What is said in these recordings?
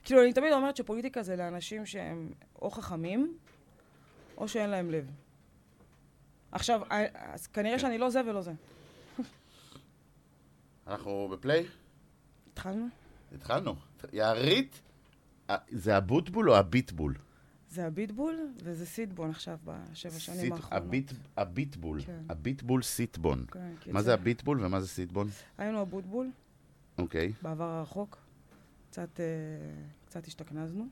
כאילו, אני תמיד אומרת שפוליטיקה זה לאנשים שהם או חכמים, או שאין להם לב. עכשיו, אז כנראה שאני לא זה ולא זה. אנחנו בפליי? התחלנו? התחלנו. יערית, זה הבוטבול או הביטבול? זה הביטבול, וזה סיטבון עכשיו בשבע שנים האחרונות. הביטבול. הביטבול סיטבון. כן, מה זה הביטבול ומה זה סיטבון? היינו הבוטבול. אוקיי. בעבר הרחוק. קצת השתכנזנו.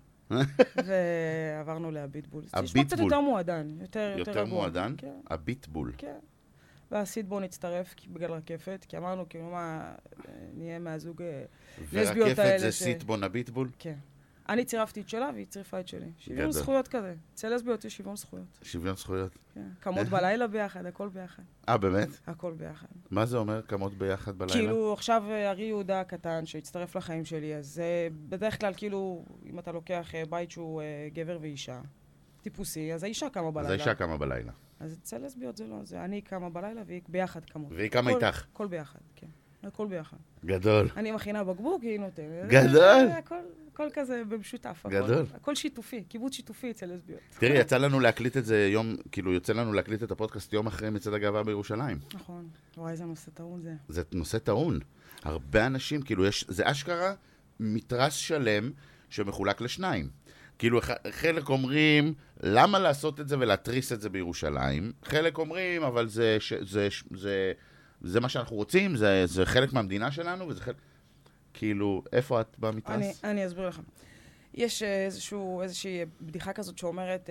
ועברנו להביטבול. הביטבול. קצת יותר מועדן. יותר מועדן? הביטבול. כן. והסיטבון הצטרף בגלל רקפת, כי אמרנו, כאילו מה, נהיה מהזוג לסביות האלה. ורקפת זה סיטבון הביטבול? כן. אני צירפתי את שלה והיא צירפה את שלי. שוויון זכויות כזה. אצל לסביות יש שוויון זכויות. שוויון זכויות? כן. קמות בלילה ביחד, הכל ביחד. באמת? הכל ביחד. מה זה אומר, קמות ביחד בלילה? כאילו, עכשיו ארי יהודה הקטן שהצטרף לחיים שלי, אז בדרך כלל, כאילו, אם אתה לוקח בית שהוא גבר ואישה, טיפוסי, אז האישה קמה בלילה. אז האישה קמה בלילה. אז אצל לסביות זה לא, זה אני קמה בלילה והיא ביחד קמות. והיא קמה איתך? הכל ביחד, כן. הכל ביחד. גדול. אני מכינה בקבוק, היא נותנת. גדול. הכל כזה במשותף. גדול. הכל שיתופי, קיבוץ שיתופי אצל לסביות. תראי, יצא לנו להקליט את זה יום, כאילו יוצא לנו להקליט את הפודקאסט יום אחרי מצעד הגאווה בירושלים. נכון. וואי, איזה נושא טעון זה. זה נושא טעון. הרבה אנשים, כאילו זה אשכרה מתרס שלם שמחולק לשניים. כאילו חלק אומרים, למה לעשות את זה ולהתריס את זה בירושלים? חלק אומרים, אבל זה מה שאנחנו רוצים, זה חלק מהמדינה שלנו, וזה חלק... כאילו, איפה את במתרס? אני אסביר לך. יש איזושהי בדיחה כזאת שאומרת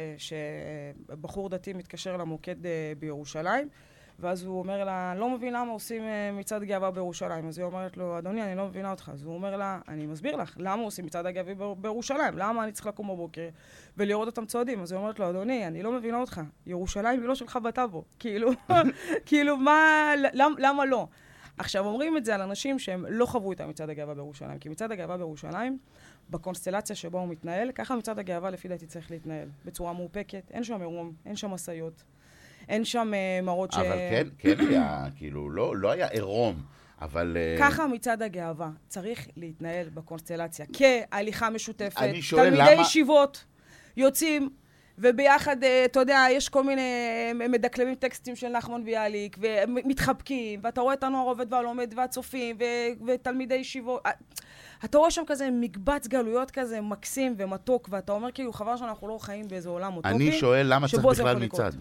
שבחור דתי מתקשר למוקד בירושלים, ואז הוא אומר לה, אני לא מבין למה עושים מצעד גאווה בירושלים. אז היא אומרת לו, אדוני, אני לא מבינה אותך. אז הוא אומר לה, אני מסביר לך, למה עושים מצעד הגאווה בירושלים? למה אני צריך לקום בבוקר ולראות אותם צועדים? אז היא אומרת לו, אדוני, אני לא מבינה אותך. ירושלים היא לא שלך בטאבו. כאילו, למה לא? עכשיו, אומרים את זה על אנשים שהם לא חוו את מצעד הגאווה בירושלים. כי מצעד הגאווה בירושלים, בקונסטלציה שבה הוא מתנהל, ככה מצעד הגאווה לפי דעתי צריך להתנהל. בצורה מאופקת, אין שם אירום, אין שם מסעיות. אין שם מראות אבל כן היה, כאילו, לא היה עירום, אבל... ככה מצעד הגאווה צריך להתנהל בקונסטלציה, כהליכה משותפת, תלמידי ישיבות יוצאים, וביחד, אתה יודע, יש כל מיני מדקלמים טקסטים של נחמן ביאליק, ומתחבקים, ואתה רואה את הנוער עובד והלומד והצופים, ותלמידי ישיבות... אתה רואה שם כזה מקבץ גלויות כזה מקסים ומתוק, ואתה אומר כאילו, חבל שאנחנו לא חיים באיזה עולם אוטופי. אני שואל למה צריך בכלל מצעד.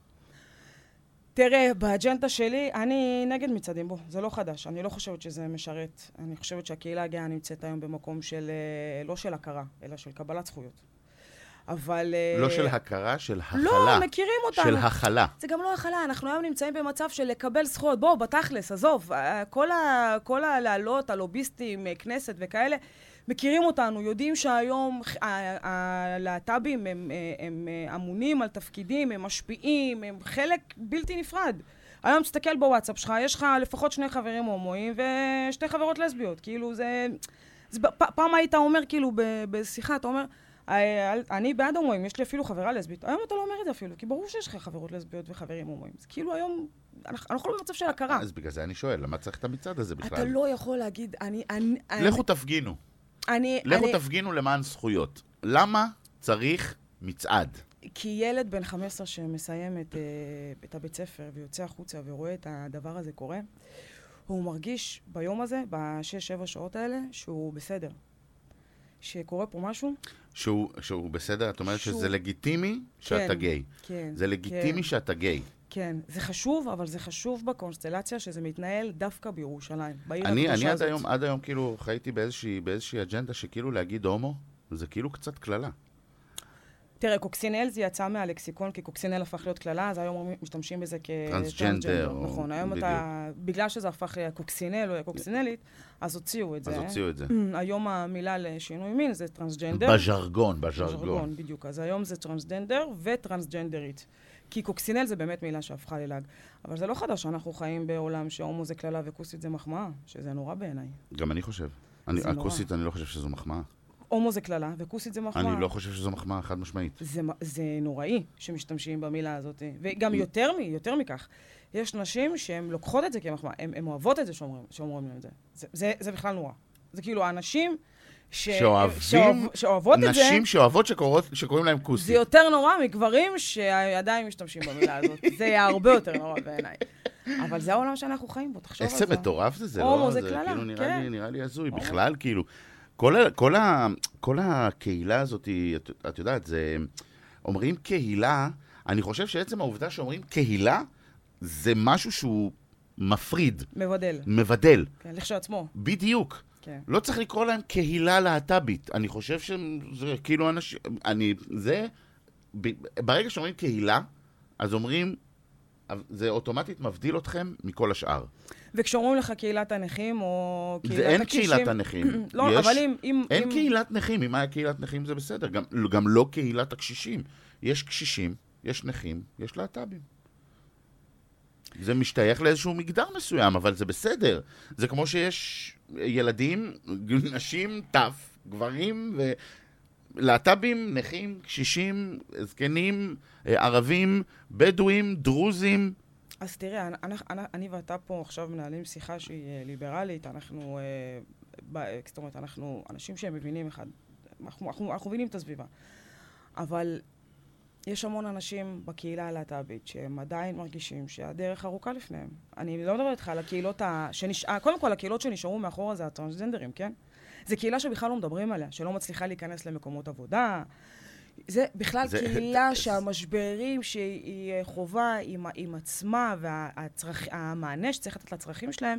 תראה, באג'נדה שלי, אני נגד מצעדים בו, זה לא חדש, אני לא חושבת שזה משרת. אני חושבת שהקהילה הגאה נמצאת היום במקום של, לא של הכרה, אלא של קבלת זכויות. אבל... לא של הכרה, של הכלה. לא, מכירים אותנו. של הכלה. זה גם לא הכלה, אנחנו היום נמצאים במצב של לקבל זכויות. בואו, בתכלס, עזוב, כל הלהלות, הלוביסטים, כנסת וכאלה, מכירים אותנו, יודעים שהיום הלהט"בים הם אמונים על תפקידים, הם משפיעים, הם חלק בלתי נפרד. היום תסתכל בוואטסאפ שלך, יש לך לפחות 2 חברים הומואים ו2 חברות לסביות. כאילו זה פעם היית אומר כאילו בשיחה, אתה אומר, אני בעד הומואים, יש לי אפילו חברה לסבית. היום אתה לא אומר את זה אפילו, כי ברור שיש לך חברות לסביות וחברים הומואים. אז כאילו היום, אנחנו לא במצב של הכרה. אז בגלל זה אני שואל, למה צריך את המצעד הזה בכלל? אתה לא יכול להגיד, לכו תפגינו. לכו תפגינו למען זכויות. למה צריך מצעד? כי ילד בן 15 שמסיים את הבית ספר ויוצא החוצה ורואה את הדבר הזה קורה, הוא מרגיש ביום הזה, ב6-7 שעות האלה, שהוא בסדר. שקורה פה משהו? שהוא בסדר? את אומרת שזה לגיטימי שאתה גיי. כן. זה לגיטימי שאתה גיי. כן, זה חשוב, אבל זה חשוב בקונסטלציה שזה מתנהל דווקא בירושלים. אני עד היום כאילו חייתי באיזושהי אג'נדה שכאילו להגיד הומו, זה כאילו קצת כללה. תראה, קוקסינל זה יצא מהלקסיקון, כי קוקסינל הפך להיות כללה, אז היום משתמשים בזה טרנסג'נדר. נכון, היום אתה, בגלל שזה הפך לקוקסינל או קוקסינלית, אז הוציאו את זה. היום המילה לשינוי מין זה טרנסג'נדר. בז'רגון. בדיוק. אז היום זה טרנסג'נדר וטרנסג'נדרית. כי קוקסינל זה באמת מילה שהפכה ללעג. אבל זה לא חדש, אנחנו חיים בעולם שהומו זה כללה וכוסית זה מחמאה, שזה נורא בעיניי. גם אני חושב. הכוסית אני לא חושב שזו מחמאה. הומו זה כללה, וכוסית זה מחמאה. אני לא חושב שזו מחמאה חד משמעית. זה נוראי שמשתמשים במילה הזאת. וגם יותר מכך. יש נשים שהן לוקחות את זה כמחמאה. הן אוהבות את זה שאומרים להם את זה. זה בכלל נורא. זה כאילו, האנשים שאוהבות את זה. נשים שאוהבות שקוראים להם כוסית. זה יותר נורא מגברים שעדיין משתמשים במילה הזאת. זה יהיה הרבה יותר נורא בעיניי. אבל זה העולם שאנחנו חיים בו, תחשוב על זה. איזה מטורף זה, הומו זה קללה, כאילו כן. נראה לי הזוי. בכלל, כאילו, כל הקהילה הזאת, את יודעת, זה... אומרים קהילה, אני חושב שעצם העובדה שאומרים קהילה, זה משהו שהוא מפריד. מבדל. כן, לכשעצמו. בדיוק. כן. לא צריך לקרוא להם קהילה להט"בית. אני חושב שזה כאילו אנשים... ברגע שאומרים קהילה, אז אומרים, זה אוטומטית מבדיל אתכם מכל השאר. וכשאומרים לך קהילת הנכים או קהילת אין הקשישים... קהילת הנכים. לא, אבל אם... אין קהילת נכים. אם היה קהילת נכים זה בסדר. גם לא קהילת הקשישים. יש קשישים, יש נכים, יש להט"בים. זה משתייך לאיזשהו מגדר מסוים, אבל זה בסדר. זה כמו שיש ילדים, נשים, טף, גברים להט"בים, נכים, קשישים, זקנים, ערבים, בדואים, דרוזים. אז תראה, אני ואתה פה עכשיו מנהלים שיחה שהיא ליברלית, אנחנו, זאת אומרת, אנחנו אנשים שהם מבינים אחד, אנחנו מבינים את הסביבה. אבל יש המון אנשים בקהילה הלהט"בית שהם עדיין מרגישים שהדרך ארוכה לפניהם. אני לא מדברת איתך על הקהילות קודם כל, הקהילות שנשארו מאחורה זה הטרנסג'נדרים, כן? זה קהילה שבכלל לא מדברים עליה, שלא מצליחה להיכנס למקומות עבודה. זה בכלל קהילה שהמשברים שהיא חובה עם עצמה והמענה שצריך לתת לצרכים שלהם,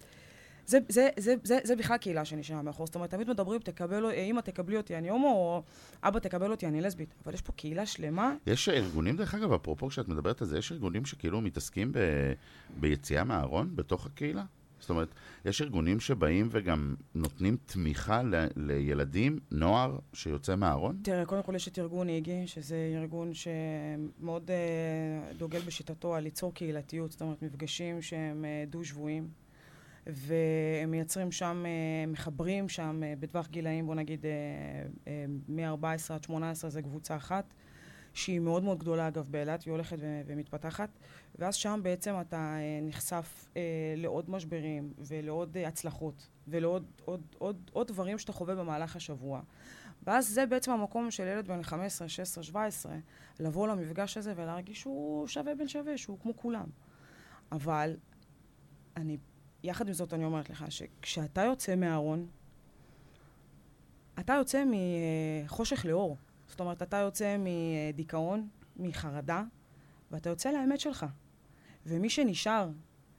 זה בכלל קהילה שנשארה מאחור. זאת אומרת, תמיד מדברים, אמא תקבלי אותי, אני הומו, או אבא תקבל אותי, אני לסבית. אבל יש פה קהילה שלמה. יש ארגונים, דרך אגב, אפרופו כשאת מדברת על זה, יש ארגונים שכאילו מתעסקים ביציאה מהארון בתוך הקהילה? זאת אומרת, יש ארגונים שבאים וגם נותנים תמיכה לילדים, נוער שיוצא מהארון? תראה, קודם כל יש את ארגון איגי, שזה ארגון שמאוד דוגל בשיטתו על ליצור קהילתיות, זאת אומרת, מפגשים שהם דו-שבועים, והם מייצרים שם, מחברים שם בטווח גילאים, בוא נגיד, מ-14 עד 18 זה קבוצה אחת, שהיא מאוד מאוד גדולה, אגב, באילת, היא הולכת ומתפתחת, ואז שם בעצם אתה נחשף לעוד משברים ולעוד הצלחות ולעוד עוד דברים שאתה חווה במהלך השבוע. ואז זה בעצם המקום של ילד בן 15, 16, 17, לבוא למפגש הזה ולהרגיש שהוא שווה בין שווה, שהוא כמו כולם. אבל יחד עם זאת אני אומרת לך שכשאתה יוצא מהארון, אתה יוצא מחושך לאור. זאת אומרת, אתה יוצא מדיכאון, מחרדה, ואתה יוצא לאמת שלך. ומי שנשאר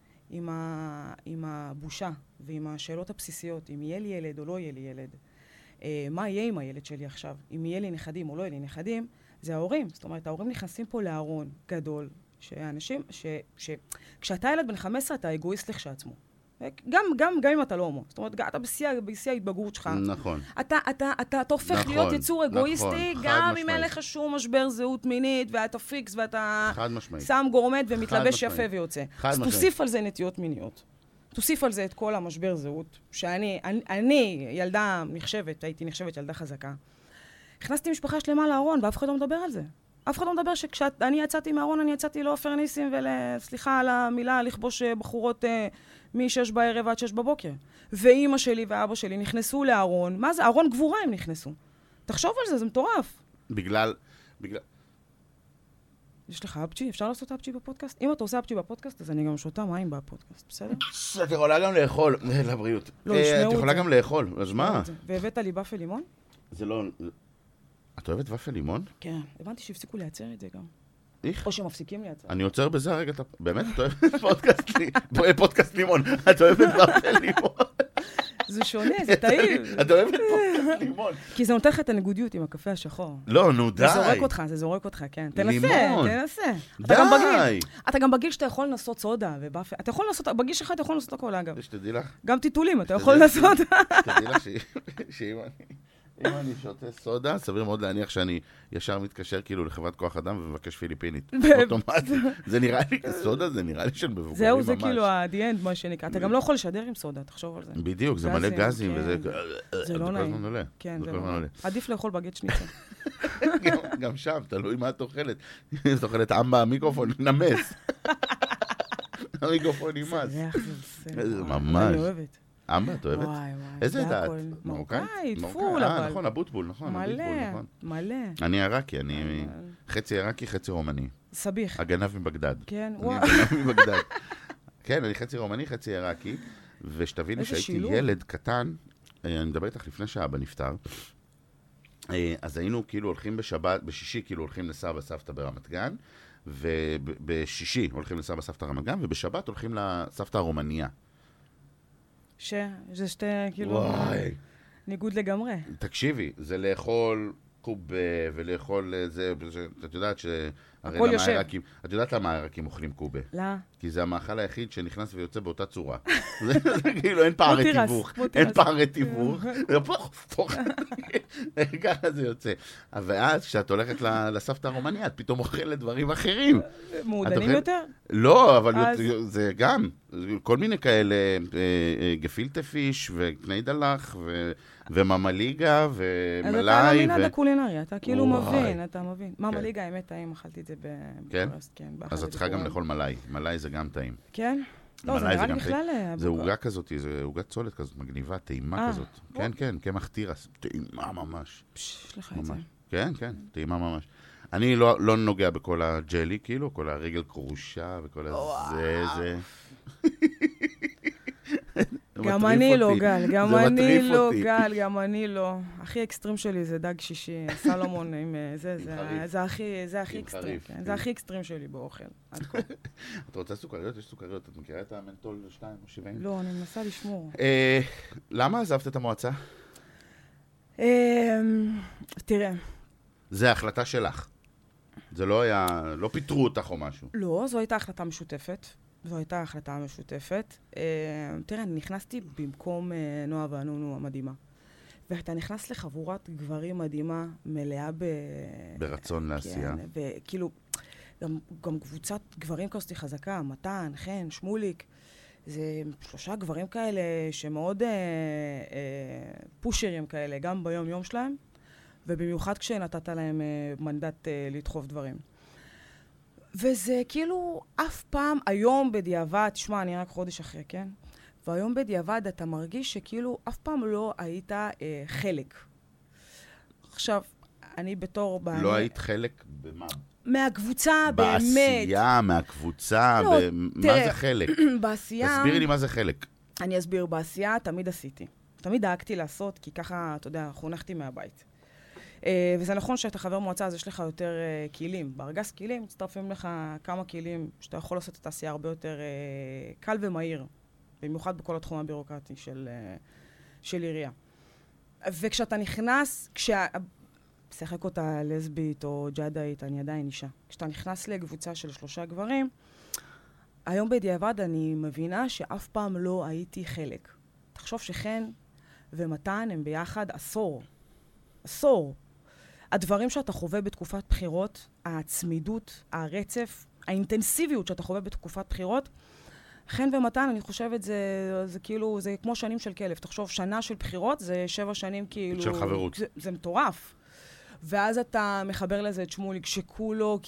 עם הבושה ועם השאלות הבסיסיות, אם יהיה לי ילד או לא יהיה לי ילד, מה יהיה עם הילד שלי עכשיו, אם יהיה לי נכדים או לא יהיה לי נכדים, זה ההורים. זאת אומרת, ההורים נכנסים פה לארון גדול, שאנשים, כשאתה ילד בן 15, אתה אגואיסט לכשעצמו. גם אם אתה לא הומו. זאת אומרת, אתה בשיא ההתבגרות שלך. נכון. אתה הופך להיות יצור אגואיסטי, גם אם אין לך שום משבר זהות מינית, ואתה פיקס, ואתה שם גורמט ומתלבש יפה ויוצא. אז תוסיף על זה נטיות מיניות. תוסיף על זה את כל המשבר זהות, שאני ילדה הייתי נחשבת ילדה חזקה. הכנסתי משפחה שלמה לארון, ואף אחד לא מדבר על זה. אף אחד לא מדבר שכשאני יצאתי מהארון, אני יצאתי לעופר ניסים סליחה על המילה, לכבוש בחורות מ-6 בערב עד 6 בבוקר. ואימא שלי ואבא שלי נכנסו לארון. מה זה? ארון גבורה הם נכנסו. תחשוב על זה, זה מטורף. בגלל... יש לך אפצ'י? אפשר לעשות אפצ'י בפודקאסט? אם אתה עושה אפצ'י בפודקאסט, אז אני גם שותה מים בפודקאסט, בסדר? את יכולה גם לאכול, לבריאות. לא, ישמעו את זה. את יכולה גם לאכול, אז מה? והבאת לי ופל לימון? זה לא... את אוהבת ופל לימון? כן, הבנתי שהפסיקו לייצר את זה גם. איך? או שמפסיקים לייצר. אני עוצר בזה הרגע, באמת, את אוהבת פודקאסט לימון, את אוהבת ופל לימון. זה שונה, זה טעים. את אוהבת פודקאסט לימון. כי זה נותן לך את הנגודיות עם הקפה השחור. לא, נו די. זה זורק אותך, כן. תנסה. די. אתה גם בגיל שאתה יכול לנסות סודה ובאפה. אתה יכול לנסות, בגיל שלך אתה יכול לנסות הכל, אגב. שתדעי לך. גם טיטולים, אתה יכול לנסות. שתדעי לך אם אני שותה סודה, סביר מאוד להניח שאני ישר מתקשר כאילו לחברת כוח אדם ומבקש פיליפינית. אוטומטית. זה נראה לי, סודה זה נראה לי של מבוגרים ממש. זהו, זה כאילו ה-the end, מה שנקרא. אתה גם לא יכול לשדר עם סודה, תחשוב על זה. בדיוק, זה מלא גזים וזה... זה לא נעים. כן, זה לא נעים. עדיף לאכול בגט שניצל. גם שם, תלוי מה את אוכלת. את אוכלת עם במיקרופון, נמס. המיקרופון נמס. זה ריח, זה ממש. אני אוהבת. אמבה, את אוהבת? וואי, איזה זה דת? הכל. מרוקאית? מרוקאית, פול, אבל. נכון, הבוטבול, נכון. הבוטבול, מלא. אני עיראקי, אני חצי עיראקי, חצי רומני. סביח. הגנב מבגדד. כן, אני וואו. הגנב מבגדד. כן, אני חצי רומני, חצי עיראקי, ושתביני איזה שהייתי שילוב. ילד קטן, אני מדבר איתך לפני שאבא נפטר, אז היינו כאילו הולכים בשישי כאילו הולכים לסבא סבתא ברמת גן, ובשישי הולכים לסבא סבתא רמת גן, ובשבת הולכים לסבתא הרומניה. שזה שתי, כאילו, וואי. ניגוד לגמרי. תקשיבי, זה לאכול קובה ולאכול זה, את יודעת הכל יושב. את יודעת למה העיראקים אוכלים קובה? לא. כי זה המאכל היחיד שנכנס ויוצא באותה צורה. זה כאילו, אין פערי תיווך. אין פערי תיווך. זה פוך. ככה זה יוצא. ואז כשאת הולכת לסבתא הרומניה, את פתאום אוכלת דברים אחרים. מעודנים יותר? לא, אבל זה גם. כל מיני כאלה, גפילטה פיש וקניידלח וממליגה ומלאי. אז אתה לא מנהד הקולינריה, אתה כאילו מבין, אתה מבין. ממליגה, האמת, טעים, אכלתי את זה בבוקרסט, כן. אז את צריכה גם לאכול מלאי. מלאי זה גם טעים. כן? לא, זה נראה לי בכלל... זה עוגה כזאת, זה עוגת צולת כזאת, מגניבה, טעימה כזאת. כן, כן, קמח תירס. טעימה ממש. יש לך את זה. כן, כן, טעימה ממש. אני לא נוגע בכל הג'לי, כאילו, כל הרגל קרושה וכל הזה. גם אני לא, גל, גם אני לא. הכי אקסטרים שלי זה דג שישי, סלומון עם זה, זה הכי אקסטרים, זה הכי אקסטרים שלי באוכל. את רוצה סוכריות? יש סוכריות. את מכירה את המנטול 2 או 70? לא, אני מנסה לשמור. למה עזבת את המועצה? תראה. זה החלטה שלך. זה לא היה, לא פיטרו אותך או משהו. לא, זו הייתה החלטה משותפת. תראה, אני נכנסתי במקום נועה ואנונו המדהימה. ואתה נכנס לחבורת גברים מדהימה, מלאה ברצון לעשייה. כן, וכאילו, גם קבוצת גברים כזאת חזקה, מתן, חן, שמוליק. זה 3 גברים כאלה שמאוד פושרים כאלה, גם ביום יום שלהם, ובמיוחד כשנתת להם מנדט לדחוף דברים. וזה כאילו אף פעם, היום בדיעבד, תשמע, אני רק חודש אחרי, כן? והיום בדיעבד אתה מרגיש שכאילו אף פעם לא היית חלק. עכשיו, אני בתור... לא היית חלק במה? מהקבוצה, באמת. בעשייה, מהקבוצה, לא, מה זה חלק? בעשייה... תסבירי לי מה זה חלק. אני אסביר, בעשייה תמיד עשיתי. תמיד דאגתי לעשות, כי ככה, אתה יודע, חונכתי מהבית. וזה נכון שאתה חבר מועצה, אז יש לך יותר כלים. בארגז כלים מצטרפים לך כמה כלים שאתה יכול לעשות את העשייה הרבה יותר קל ומהיר, במיוחד בכל התחום הבירוקרטי של עירייה. וכשאתה נכנס, שחק אותה לסבית או ג'אדאית, אני עדיין אישה. כשאתה נכנס לקבוצה של 3 גברים, היום בדיעבד אני מבינה שאף פעם לא הייתי חלק. תחשוב שחן ומתן הם ביחד עשור. הדברים שאתה חווה בתקופת בחירות, הצמידות, הרצף, האינטנסיביות שאתה חווה בתקופת בחירות, חן ומתן, אני חושבת, זה כאילו, זה כמו שנים של כלב. תחשוב, שנה של בחירות זה 7 שנים כאילו... של חברות. זה מטורף. ואז אתה מחבר לזה את שמוליק, שכולו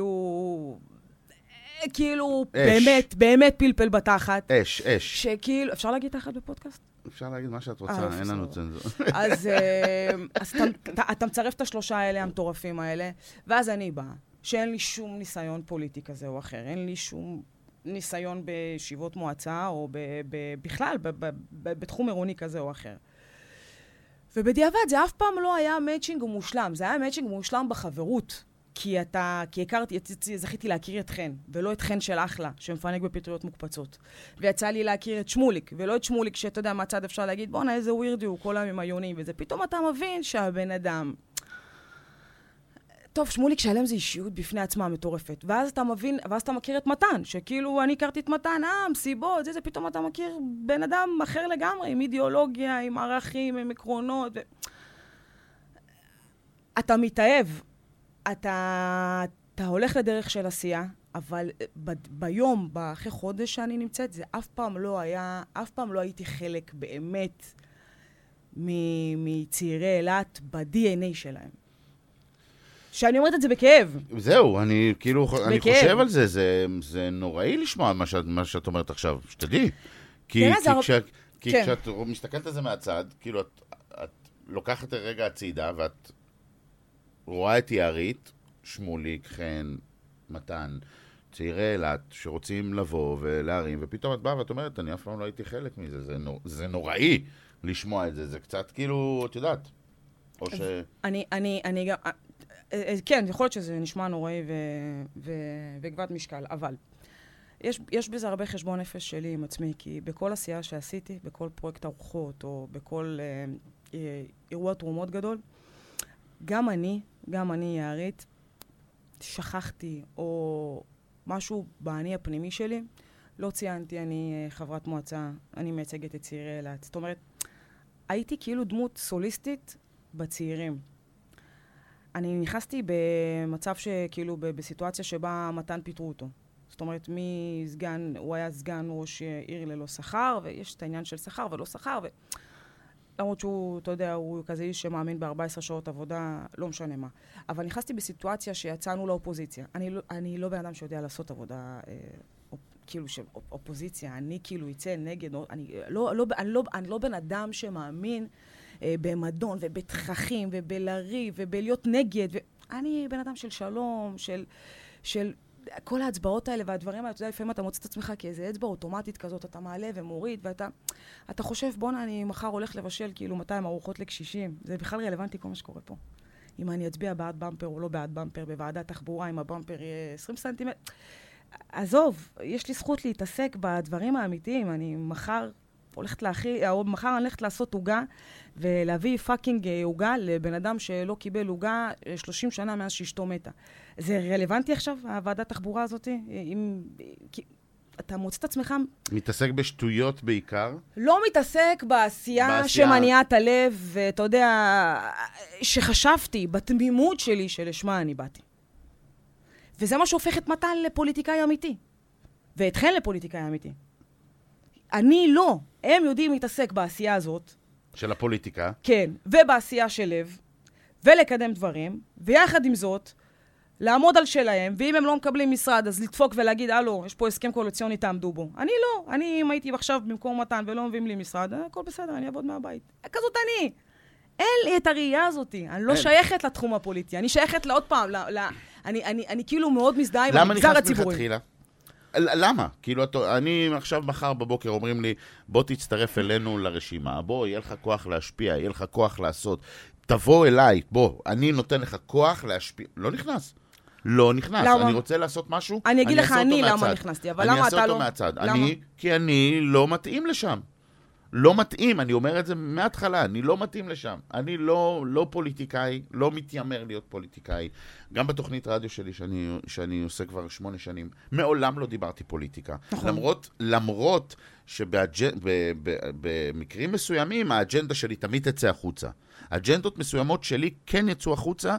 כאילו, באמת פלפל בתחת. אש. שכאילו, אפשר להגיד תחת בפודקאסט? אפשר להגיד מה שאת רוצה, אין לנו צנזור. אז אתה מצרף את 3 האלה, המטורפים האלה, ואז אני באה, שאין לי שום ניסיון פוליטי כזה או אחר, אין לי שום ניסיון בישיבות מועצה, או בכלל, בתחום עירוני כזה או אחר. ובדיעבד זה אף פעם לא היה מאצ'ינג מושלם, זה היה מאצ'ינג מושלם בחברות, כי זכיתי להכיר את חן, ולא את חן של אחלה, שמפנק בפטריות מוקפצות. ויצא לי להכיר את שמוליק, ולא את שמוליק, שאתה יודע מהצד אפשר להגיד, בוא'נה, איזה ווירדי הוא, כל היום עם היונים, וזה פתאום אתה מבין שהבן אדם... טוב, שמוליק שלם זה אישיות בפני עצמה מטורפת. ואז אתה מבין, ואז אתה מכיר את מתן, שכאילו אני הכרתי את מתן, מסיבות, זה פתאום אתה מכיר בן אדם אחר לגמרי, עם אידיאולוגיה, עם ערכים, עם עקרונות. אתה מתאהב. אתה הולך לדרך של עשייה, אבל ביום, אחרי חודש שאני נמצאת, זה אף פעם לא הייתי חלק באמת מצעירי אילת ב-DNA שלהם. שאני אומרת את זה בכאב. זהו, אני חושב על זה, זה נוראי לשמוע מה שאת אומרת עכשיו, שתדעי. כי כן. כשאת מסתכלת על זה מהצד, כאילו את לוקחת רגע הצידה, ואת רואה את יערית, שמוליק, חן, מתן, צעירי אילת, שרוצים לבוא ולהרים, ופתאום את באה ואת אומרת, אני אף פעם לא הייתי חלק מזה, זה נוראי לשמוע את זה, זה קצת כאילו, את יודעת, או ש... אני גם... כן, יכול להיות שזה נשמע נוראי וגבעת משקל, אבל יש בזה הרבה חשבון נפש שלי עם עצמי, כי בכל עשייה שעשיתי, בכל פרויקט ארוחות, או בכל אירוע תרומות גדול, גם אני יערית, שכחתי, או משהו בעני הפנימי שלי, לא ציינתי, אני חברת מועצה, אני מייצגת את צעירי אילת. זאת אומרת, הייתי כאילו דמות סוליסטית בצעירים. אני נכנסתי במצב שכאילו בסיטואציה שבה מתן פיטרו אותו. זאת אומרת, מסגן, הוא היה סגן ראש עיר ללא שכר, ויש את העניין של שכר ולא שכר, למרות שהוא, אתה יודע, הוא כזה איש שמאמין ב-14 שעות עבודה, לא משנה מה. אבל נכנסתי בסיטואציה שיצאנו לאופוזיציה. אני לא בן אדם שיודע לעשות עבודה, כאילו של אופוזיציה. אני כאילו יצא נגד, אני לא בן אדם שמאמין במדון ובתככים ובלריב ובלהיות נגד. אני בן אדם של שלום, של כל ההצבעות האלה והדברים האלה, אתה יודע, לפעמים אתה מוצא את עצמך כאיזו אצבע אוטומטית כזאת, אתה מעלה ומוריד, ואתה חושב, בוא'נה, אני מחר הולך לבשל כאילו 200 ארוחות לקשישים. זה בכלל רלוונטי כל מה שקורה פה. אם אני אצביע בעד במפר או לא בעד במפר, בוועדת תחבורה, אם הבמפר יהיה 20 סנטימטר. עזוב, יש לי זכות להתעסק בדברים האמיתיים. אני מחר אני הולכת לעשות עוגה, ולהביא פאקינג עוגה לבן אדם שלא קיבל עוגה 30 שנה מאז שאשתו מתה. זה רלוונטי עכשיו, הוועדת תחבורה הזאת? אתה מוצא את עצמך... מתעסק בשטויות בעיקר? לא מתעסק בעשייה שמניעה את הלב, ואתה יודע, שחשבתי בתמימות שלי שלשמה אני באתי. וזה מה שהופך את מתן לפוליטיקאי אמיתי. ואתכן לפוליטיקאי אמיתי. אני לא. הם יודעים להתעסק בעשייה הזאת. של הפוליטיקה. כן, ובעשייה של לב, ולקדם דברים, ויחד עם זאת, לעמוד על שלהם, ואם הם לא מקבלים משרד, אז לדפוק ולהגיד, הלו, יש פה הסכם קואליציוני, תעמדו בו. אני לא. אם הייתי עכשיו במקום מתן ולא מביאים לי משרד, הכל בסדר, אני אעבוד מהבית. כזאת אני. אין לי את הראייה הזאת. אני לא שייכת לתחום הפוליטי. אני שייכת לעוד פעם, אני כאילו מאוד מזדהה עם המגזר הציבורי. למה נכנסת מלכתחילה? למה? כאילו, אני עכשיו מחר בבוקר אומרים לי, בוא תצטרף אלינו לרשימה, בוא, יהיה לך כוח להשפיע, יהיה לך כוח לעשות, תבוא אליי, בוא, אני נותן לך כוח להשפיע. לא נכנס. לא נכנס. למה? אני רוצה לעשות משהו, אני אגיד לך אני למה נכנסתי, אבל למה אתה לא... אני אעשה אותו מהצד. כי אני לא מתאים לשם. לא מתאים, אני אומר את זה מההתחלה, אני לא מתאים לשם. אני לא פוליטיקאי, לא מתיימר להיות פוליטיקאי. גם בתוכנית רדיו שלי, שאני עושה כבר 8 שנים, מעולם לא דיברתי פוליטיקה. נכון. למרות שבמקרים מסוימים, האג'נדה שלי תמיד תצא החוצה. אג'נדות מסוימות שלי כן יצאו החוצה,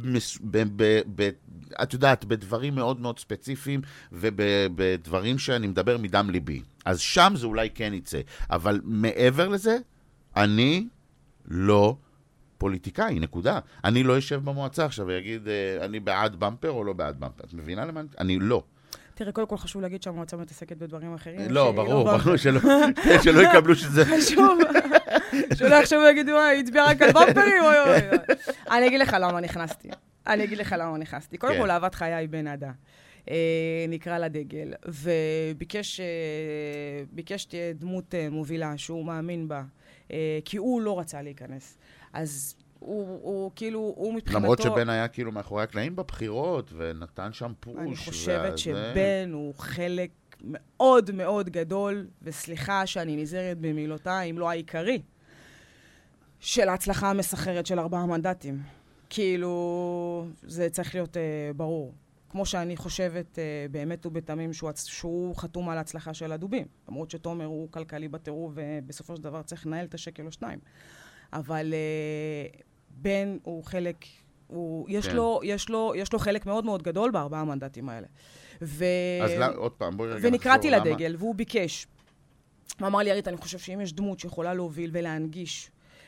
את יודעת, בדברים מאוד מאוד ספציפיים, ובדברים שאני מדבר מדם ליבי. אז שם זה אולי כן יצא. אבל מעבר לזה, אני לא פוליטיקאי, נקודה. אני לא יושב במועצה עכשיו ויגיד, אני בעד במפר או לא בעד במפר. את מבינה למה? אני לא. תראה, קודם כל חשוב להגיד שהמועצה מתעסקת בדברים אחרים. לא, ברור, שלא יקבלו שזה... חשוב. שלא עכשיו יגידו, היא הצביעה רק על במפרים, אני אגיד לך למה נכנסתי. קודם כל, אהבת חיי בן עדה. נקרא לדגל, וביקש תהיה דמות מובילה שהוא מאמין בה, כי הוא לא רצה להיכנס. אז הוא כאילו, הוא מבחינתו... למרות שבן היה כאילו מאחורי הקלעים בבחירות, ונתן שם פוש. אני חושבת שבן הוא חלק מאוד מאוד גדול, וסליחה שאני נזהרת במילותיי, אם לא העיקרי, של ההצלחה המסחררת של 4 מנדטים. כאילו, זה צריך להיות ברור. כמו שאני חושבת באמת ובתמים שהוא חתום על ההצלחה של הדובים. למרות שתומר הוא כלכלי בטירוף, ובסופו של דבר צריך לנהל את השקל או 2. אבל בן הוא חלק, יש לו חלק מאוד מאוד גדול ב4 המנדטים האלה. אז עוד פעם, בואי רגע נחזור. ונקראתי לדגל, והוא ביקש. הוא אמר לי, ירית, אני חושב שאם יש דמות שיכולה להוביל ולהנגיש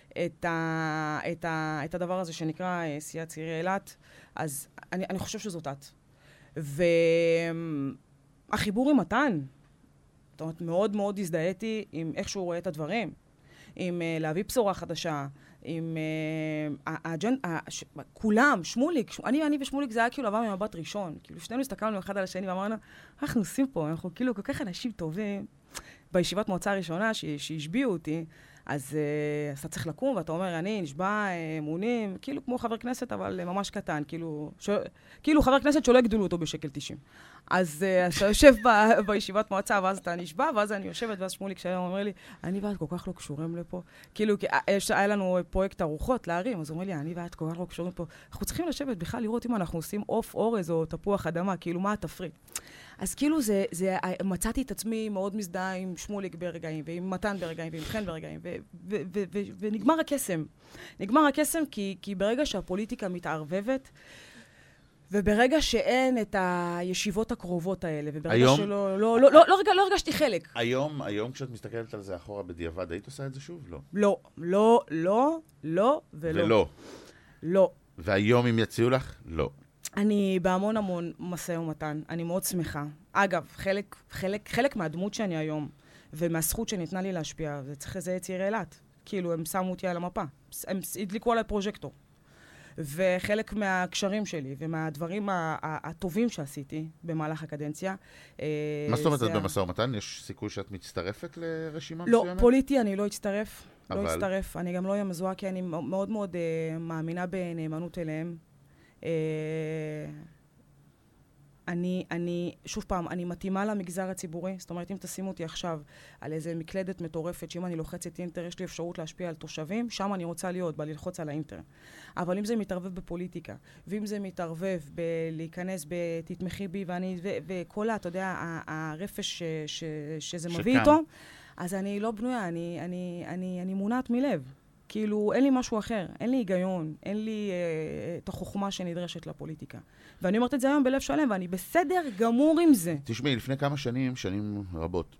את הדבר הזה שנקרא סיעת צעירי אילת, אז אני חושב שזאת את. והחיבור עם מתן, זאת אומרת, מאוד מאוד הזדהיתי עם איך שהוא רואה את הדברים, עם להביא בשורה חדשה, עם כולם, שמוליק, אני ושמוליק זה היה כאילו עבר ממבט ראשון, כאילו שנינו הסתכלנו אחד על השני ואמרנו, אנחנו עושים פה, אנחנו כאילו כל כך אנשים טובים, בישיבת מועצה הראשונה שהשביעו אותי, אז אתה צריך לקום, ואתה אומר, אני נשבע אמונים, כאילו כמו חבר כנסת, אבל ממש קטן, כאילו חבר כנסת שלא יגדלו אותו בשקל 90. אז אתה יושב בישיבת מועצה, ואז אתה נשבע, ואז אני יושבת, ואז שמוליק שהיום אומר לי, אני ואת כל כך לא קשורים לפה. כאילו, היה לנו פרויקט ארוחות להרים, אז הוא אומר לי, אני ואת כל כך לא קשורים לפה. אנחנו צריכים לשבת בכלל לראות אם אנחנו עושים עוף אורז או תפוח אדמה, כאילו, מה התפריט. אז כאילו מצאתי את עצמי מאוד מזדהה עם שמוליק ברגעים, ועם מתן ברגעים, ועם חן ברגעים, ונגמר הקסם. נגמר הקסם כי ברגע שהפוליטיקה מתערבבת, וברגע שאין את הישיבות הקרובות האלה, וברגע שלא, לא הרגשתי חלק. היום כשאת מסתכלת על זה אחורה בדיעבד, היית עושה את זה שוב? לא. לא ולא. לא. והיום אם יציעו לך? לא. אני בהמון משא ומתן. אני מאוד שמחה. אגב, חלק מהדמות שאני היום, ומהזכות שניתנה לי להשפיע, זה צעירי אילת. כאילו, הם שמו אותי על המפה. הם הדליקו עליי פרוז'קטור. וחלק מהקשרים שלי, ומהדברים הטובים שעשיתי במהלך הקדנציה. מה זאת אומרת במשא ומתן? יש סיכוי שאת מצטרפת לרשימה מסוימת? לא, פוליטי אני לא אצטרף. לא אצטרף. אני גם לא אהיה מזוהה, כי אני מאוד מאוד מאמינה בנאמנות אליהם. שוב פעם, אני מתאימה למגזר הציבורי, זאת אומרת, אם תשימו אותי עכשיו על איזה מקלדת מטורפת, שאם אני לוחצת אינטר, יש לי אפשרות להשפיע על תושבים, שם אני רוצה להיות, בללחוץ על האינטר. אבל אם זה מתערבב בפוליטיקה, ואם זה מתערבב בלהיכנס בתתמכי בי, וכל, אתה יודע, הרפש שזה מביא איתו, אז אני לא בנויה, אני מונעת מלב. כאילו, אין לי משהו אחר, אין לי היגיון, אין לי את החוכמה שנדרשת לפוליטיקה. ואני אומרת את זה היום בלב שלם, ואני בסדר גמור עם זה. תשמעי, לפני כמה שנים רבות,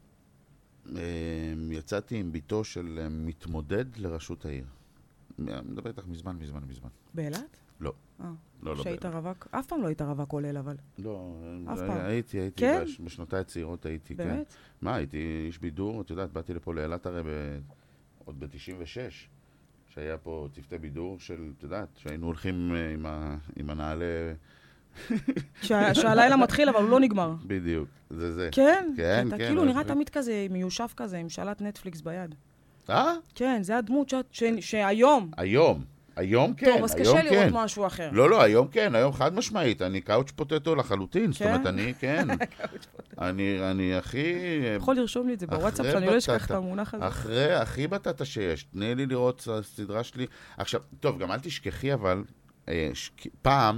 יצאתי עם ביתו של מתמודד לראשות העיר. מדבר איתך מזמן. באילת? לא. לא שהיית רווק? אף פעם לא היית רווק כולל, אבל. לא, אף פעם. הייתי, כן? בשנותיי הצעירות הייתי, כן. באמת? מה, הייתי איש בידור, את יודעת, באתי לפה לאילת הרי עוד ב-96. שהיה פה צוותי בידור של, את יודעת, שהיינו הולכים עם הנעלי... שהלילה מתחיל, אבל הוא לא נגמר. בדיוק, זה. כן? כן. אתה כאילו נראה תמיד כזה, מיושב כזה, עם שלט נטפליקס ביד. כן, זה הדמות שהיום... היום כן. טוב, אז קשה לראות משהו אחר. לא, היום כן, היום חד משמעית. אני קאוץ' פוטטו לחלוטין. זאת אומרת, אני כן. אני הכי... יכול לרשום לי את זה בוואטסאפ, שאני לא אשכח את המונח הזה. הכי בטטה שיש. תני לי לראות הסדרה שלי. עכשיו, טוב, גם אל תשכחי, אבל פעם,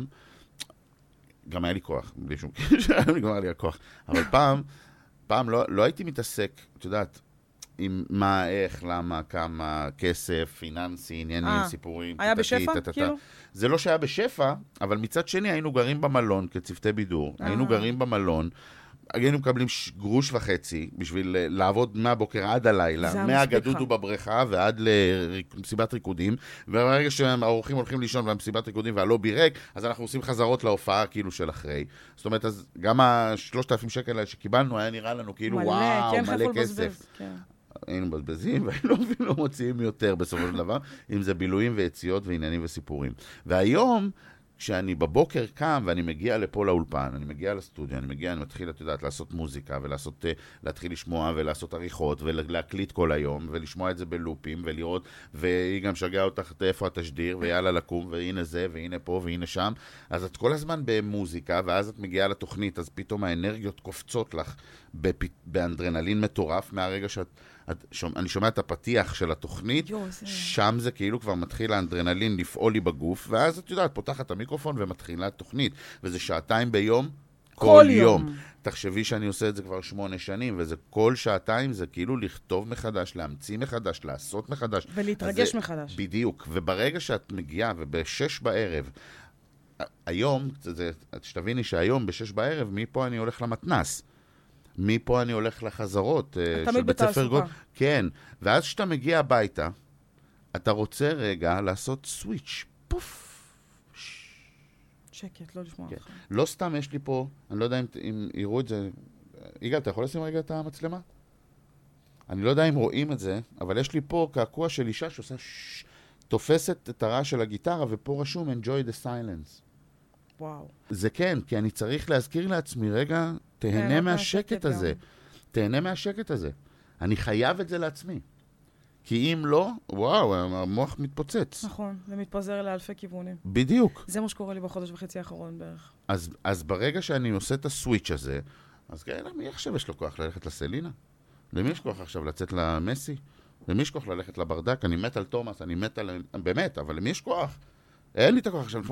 גם היה לי כוח, בלי שום קשר, נגמר לי הכוח. אבל פעם לא הייתי מתעסק, את יודעת, עם מה, איך, למה, כמה, כסף, פיננסי, עניינים, סיפורים. היה בשפע, כאילו? זה לא שהיה בשפע, אבל מצד שני היינו גרים במלון כצוותי בידור. היינו גרים במלון, היינו מקבלים גרוש וחצי בשביל לעבוד מהבוקר עד הלילה, מהגדודו בבריכה ועד למסיבת ריקודים, וברגע שהאורחים הולכים לישון במסיבת ריקודים והלובי ריק, אז אנחנו עושים חזרות להופעה כאילו של אחרי. זאת אומרת, אז גם ה-3,000 שקל שקיבלנו היה נראה לנו כאילו וואו, מלא כסף. היינו מבזבזים, והיינו אפילו מוציאים יותר בסופו של דבר, אם זה בילויים ויציאות ועניינים וסיפורים. והיום, כשאני בבוקר קם ואני מגיע לפה לאולפן, אני מגיע לסטודיו, אני מתחיל, את יודעת, לעשות מוזיקה, להתחיל לשמוע ולעשות עריכות, ולהקליט כל היום, ולשמוע את זה בלופים, ולראות, והיא גם שגעה אותך איפה התשדיר, ויאללה לקום, והנה זה, והנה פה, והנה שם. אז את כל הזמן במוזיקה, ואז את מגיעה לתוכנית, אז פתאום האנרגיות קופצות לך באנדרנלין מטורף, מהרגע אני שומע את הפתיח של התוכנית, שם זה כאילו כבר מתחיל האנדרנלין לפעול לי בגוף, ואז את יודעת, פותחת את המיקרופון ומתחילה תוכנית, וזה 2 ביום, כל יום. תחשבי שאני עושה את זה כבר 8 שנים, וזה כל 2 זה כאילו לכתוב מחדש, להמציא מחדש, לעשות מחדש. ולהתרגש מחדש. בדיוק, וברגע שאת מגיעה, וב-6 בערב, היום, שתביני שהיום ב-6 בערב, מפה אני הולך למתנס. מפה אני הולך לחזרות. תמיד בתעסוקה. כן, ואז כשאתה מגיע הביתה, אתה רוצה רגע לעשות סוויץ', פוף. שקט, לא לשמוע לך. לא סתם יש לי פה, אני לא יודע אם יראו את זה. יגאל, אתה יכול לשים רגע את המצלמה? אני לא יודע אם רואים את זה, אבל יש לי פה קעקוע של אישה שעושה תופסת את הרעש של הגיטרה, ופה רשום enjoy the silence. וואו. זה כן, כי אני צריך להזכיר לעצמי, רגע, תהנה מהשקט הזה. תהנה מהשקט הזה. אני חייב את זה לעצמי. כי אם לא, וואו, המוח מתפוצץ. נכון, זה מתפזר לאלפי כיוונים. בדיוק. זה מה שקורה לי בחודש וחצי האחרון בערך. אז ברגע שאני עושה את הסוויץ' הזה, אז כן, מי עכשיו יש לו כוח ללכת לסלינה? למי יש כוח עכשיו לצאת למסי? למי יש כוח ללכת לברדק? אני מת על תומאס, אני מת על... באמת, אבל למי יש כוח? אין לי את הכוח עכשיו,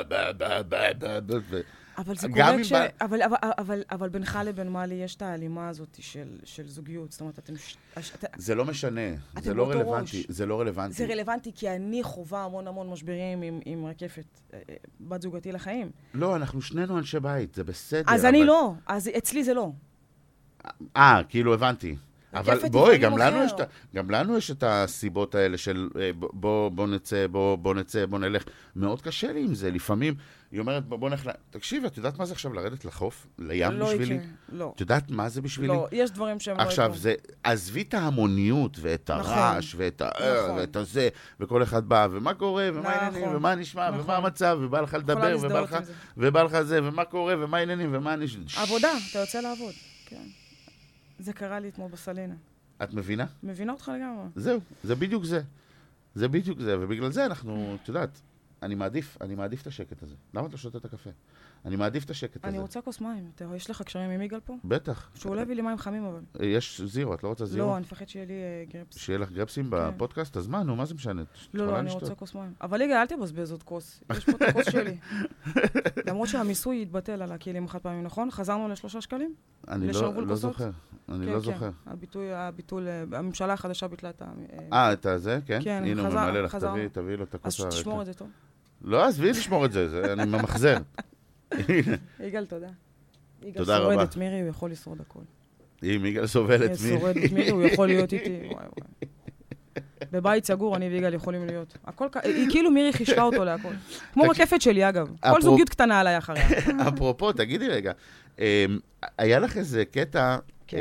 אבל זה קורה כש... אבל בינך לבין מאלי יש את האלימה הזאת של זוגיות. זאת אומרת, זה לא משנה, זה לא רלוונטי. זה לא רלוונטי. זה רלוונטי כי אני חובה המון משברים עם רקפת בת זוגתי לחיים. לא, אנחנו שנינו אנשי בית, זה בסדר. אז אני לא, אז אצלי זה לא. כאילו הבנתי. אבל בואי, גם לנו יש את הסיבות האלה של בוא נצא, בוא נלך. מאוד קשה לי עם זה, לפעמים היא אומרת בוא נלך, תקשיבי, את יודעת מה זה עכשיו לרדת לחוף, לים בשבילי? לא. את יודעת מה זה בשבילי? לא, יש דברים שהם לא יקרו. עכשיו, עזבי את ההמוניות ואת הרעש ואת הזה, וכל אחד בא, ומה קורה, ומה העניינים, ומה נשמע, ומה המצב, ובא לך לדבר, ובא לך זה, ומה קורה, ומה העניינים, ומה נשמע. עבודה, אתה יוצא לעבוד, כן. זה קרה לי אתמול בסלינה. את מבינה? מבינה אותך לגמרי. זהו, זה בדיוק זה. זה בדיוק זה, ובגלל זה אנחנו, את יודעת, אני מעדיף את השקט הזה. למה אתה שותה את הקפה? אני מעדיף את השקט הזה. אני רוצה כוס מים. יש לך קשרים עם יגאל פה? בטח. שהוא להביא לי מים חמים אבל. יש זירו, את לא רוצה זירו? לא, אני מפחד שיהיה לי גרפס. שיהיה לך גרפסים בפודקאסט? אז מה, נו, מה זה משנה? לא, אני רוצה כוס מים. אבל יגאל, אל תבזבז עוד כוס. יש פה את הכוס שלי. למרות שהמיסוי יתבטל על הכלים אחד פעמים, נכון? חזרנו ל3 שקלים? אני לא זוכר. אני לא זוכר. הביטול, הממשלה החדשה ביטלה את את זה, כן? כן, הנה, הוא ממלא לך, תביא לו את הכוס הרקע. אז תשמור את זה טוב. לא, עזבי לשמור את זה, אני ממחזר. יגאל, תודה. תודה רבה. יגאל שורד את מירי, הוא יכול לשרוד הכל. אם יגאל סובל את מירי. שורד את מירי, הוא יכול להיות איתי. וואי. בבית סגור, אני ויגאל יכולים להיות. היא כאילו מירי חישקה אותו להכל. כמו רקפת שלי, אגב. כל זוגיות קטנה עליי אחריה. אפרופו, תגידי רגע, היה לך איזה קטע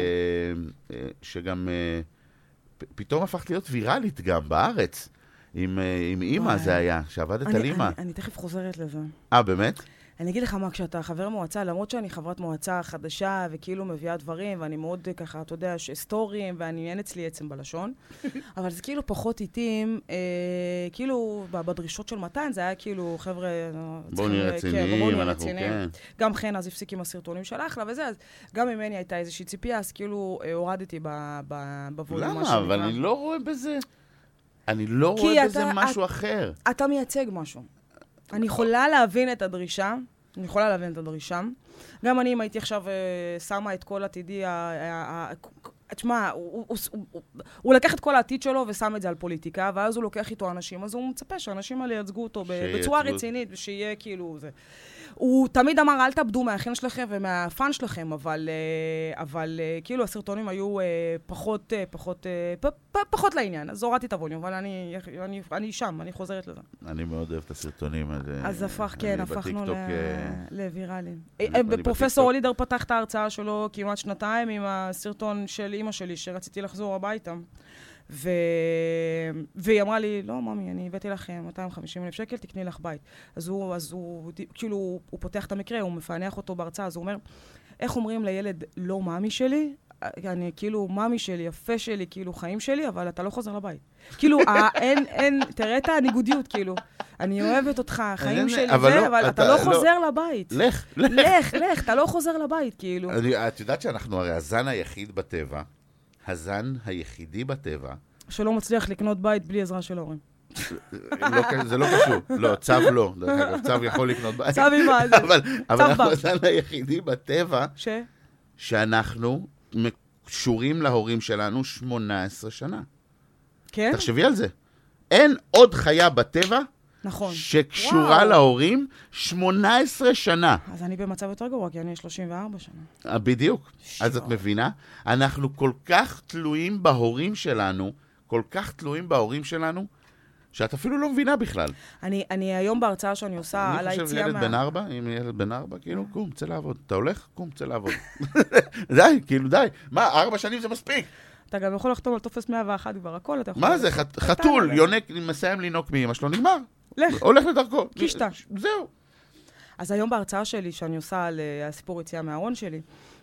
שגם פתאום הפך להיות ויראלית גם בארץ. עם אימא זה היה, שעבדת על אימא. אני תכף חוזרת לזה. באמת? אני אגיד לך מה, כשאתה חבר מועצה, למרות שאני חברת מועצה חדשה וכאילו מביאה דברים, ואני מאוד ככה, אתה יודע, סטורים, ואני אין אצלי עצם בלשון, אבל זה כאילו פחות איטים, כאילו בדרישות של מתן, זה היה כאילו, חבר'ה... בואו נהיה רציניים, אנחנו כן. גם חן אז הפסיק עם הסרטונים של אחלה וזה, אז גם ממני הייתה איזושהי ציפייה, אז כאילו הורדתי בבולים. למה? אבל אני לא רואה בזה... אני לא רואה בזה משהו אחר. אתה מייצג משהו. אני יכולה להבין את הדרישה, גם אני, אם הייתי עכשיו שמה את כל עתידי, תשמע, הוא לקח את כל העתיד שלו ושם את זה על פוליטיקה, ואז הוא לוקח איתו אנשים, אז הוא מצפה שאנשים האלה ייצגו אותו בצורה רצינית, ושיהיה כאילו זה. הוא תמיד אמר, אל תאבדו מהאחים שלכם ומהפן שלכם, אבל כאילו הסרטונים היו פחות לעניין. אז הורדתי את הווליום, אבל אני שם, אני חוזרת לזה. אני מאוד אוהב את הסרטונים. אז הפכנו לוויראליים. פרופסור אולידר פתח את ההרצאה שלו כמעט 2 עם הסרטון של אמא שלי, שרציתי לחזור הביתה. והיא אמרה לי, לא, ממי, אני הבאתי לך 250,000 שקל, תקני לך בית. אז הוא כאילו, הוא פותח את המקרה, הוא מפענח אותו בהרצאה, אז הוא אומר, איך אומרים לילד, לא ממי שלי? אני כאילו, ממי שלי, יפה שלי, כאילו, חיים שלי, אבל אתה לא חוזר לבית. כאילו, תראה את הניגודיות, כאילו, אני אוהבת אותך, חיים שלי, אבל אתה לא חוזר לבית. לך, אתה לא חוזר לבית, כאילו. את יודעת שאנחנו הרי הזן היחיד בטבע, הזן היחידי בטבע. שלא מצליח לקנות בית בלי עזרה של ההורים. זה לא קשור. לא, צו לא. צו יכול לקנות בית. צו עם מה זה. אבל אנחנו הזן היחידי בטבע, שאנחנו קשורים להורים שלנו 18 שנה. כן? תחשבי על זה. אין עוד חיה בטבע, נכון. שקשורה להורים 18 שנה. אז אני במצב יותר גרוע, כי אני 34 שנה. בדיוק. אז את מבינה? אנחנו כל כך תלויים בהורים שלנו, שאת אפילו לא מבינה בכלל. אני היום בהרצאה שאני עושה על היציאה אני חושב ילד בן 4, אם ילד בן 4, כאילו, קום, צא לעבוד. אתה הולך? קום, צא לעבוד. די, כאילו, די. מה, 4 שנים זה מספיק. אתה גם יכול לחתום על טופס 101 כבר, הכל אתה יכול... מה זה? חתול, יונק, מסיים לינוק מאמא שלו, נגמר. הולך לדרכו. קישטה. זהו. אז היום בהרצאה שלי, שאני עושה על הסיפור יציאה מהארון שלי,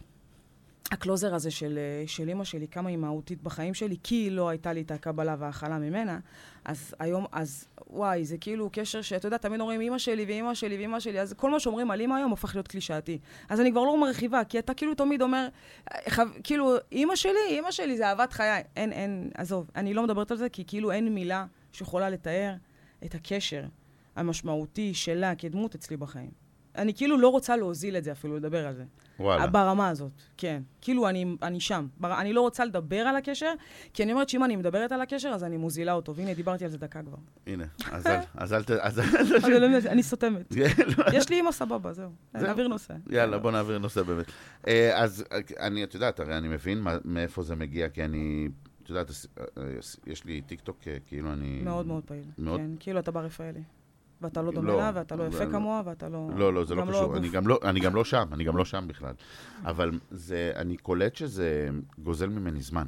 הקלוזר הזה של אמא שלי, כמה היא מהותית בחיים שלי, כי לא הייתה לי את הקבלה והאכלה ממנה, אז היום, וואי, זה כאילו קשר שאתה יודע, תמיד אומרים אמא שלי ואמא שלי ואמא שלי, אז כל מה שאומרים על אמא היום הופך להיות קלישאתי. אז אני כבר לא מרחיבה, כי אתה כאילו תמיד אומר, כאילו, אמא שלי זה אהבת חיי. אין, עזוב, אני לא מדברת על זה, כי כאילו אין מילה שיכולה לתאר את הקשר המשמעותי שלה כדמות אצלי בחיים. אני כאילו לא רוצה להוזיל את זה אפילו, לדבר על זה. וואלה. ברמה הזאת, כן. כאילו אני שם. אני לא רוצה לדבר על הקשר, כי אני אומרת שאם אני מדברת על הקשר, אז אני מוזילה אותו. והנה, דיברתי על זה דקה כבר. הנה, אז אל אני סותמת. יש לי אמא סבבה, זהו. נעביר נושא. יאללה, בוא נעביר נושא באמת. אז את יודעת, הרי אני מבין מאיפה זה מגיע, כי אני... את יודעת, יש לי טיקטוק, כאילו אני... מאוד מאוד פעיל. כן, כאילו אתה בר רפאלי. ואתה לא דומה לא, לה, ואתה לא יפה כמוה, ואתה לא... לא, זה לא קשור. אני גם לא שם בכלל. אבל אני קולט שזה גוזל ממני זמן.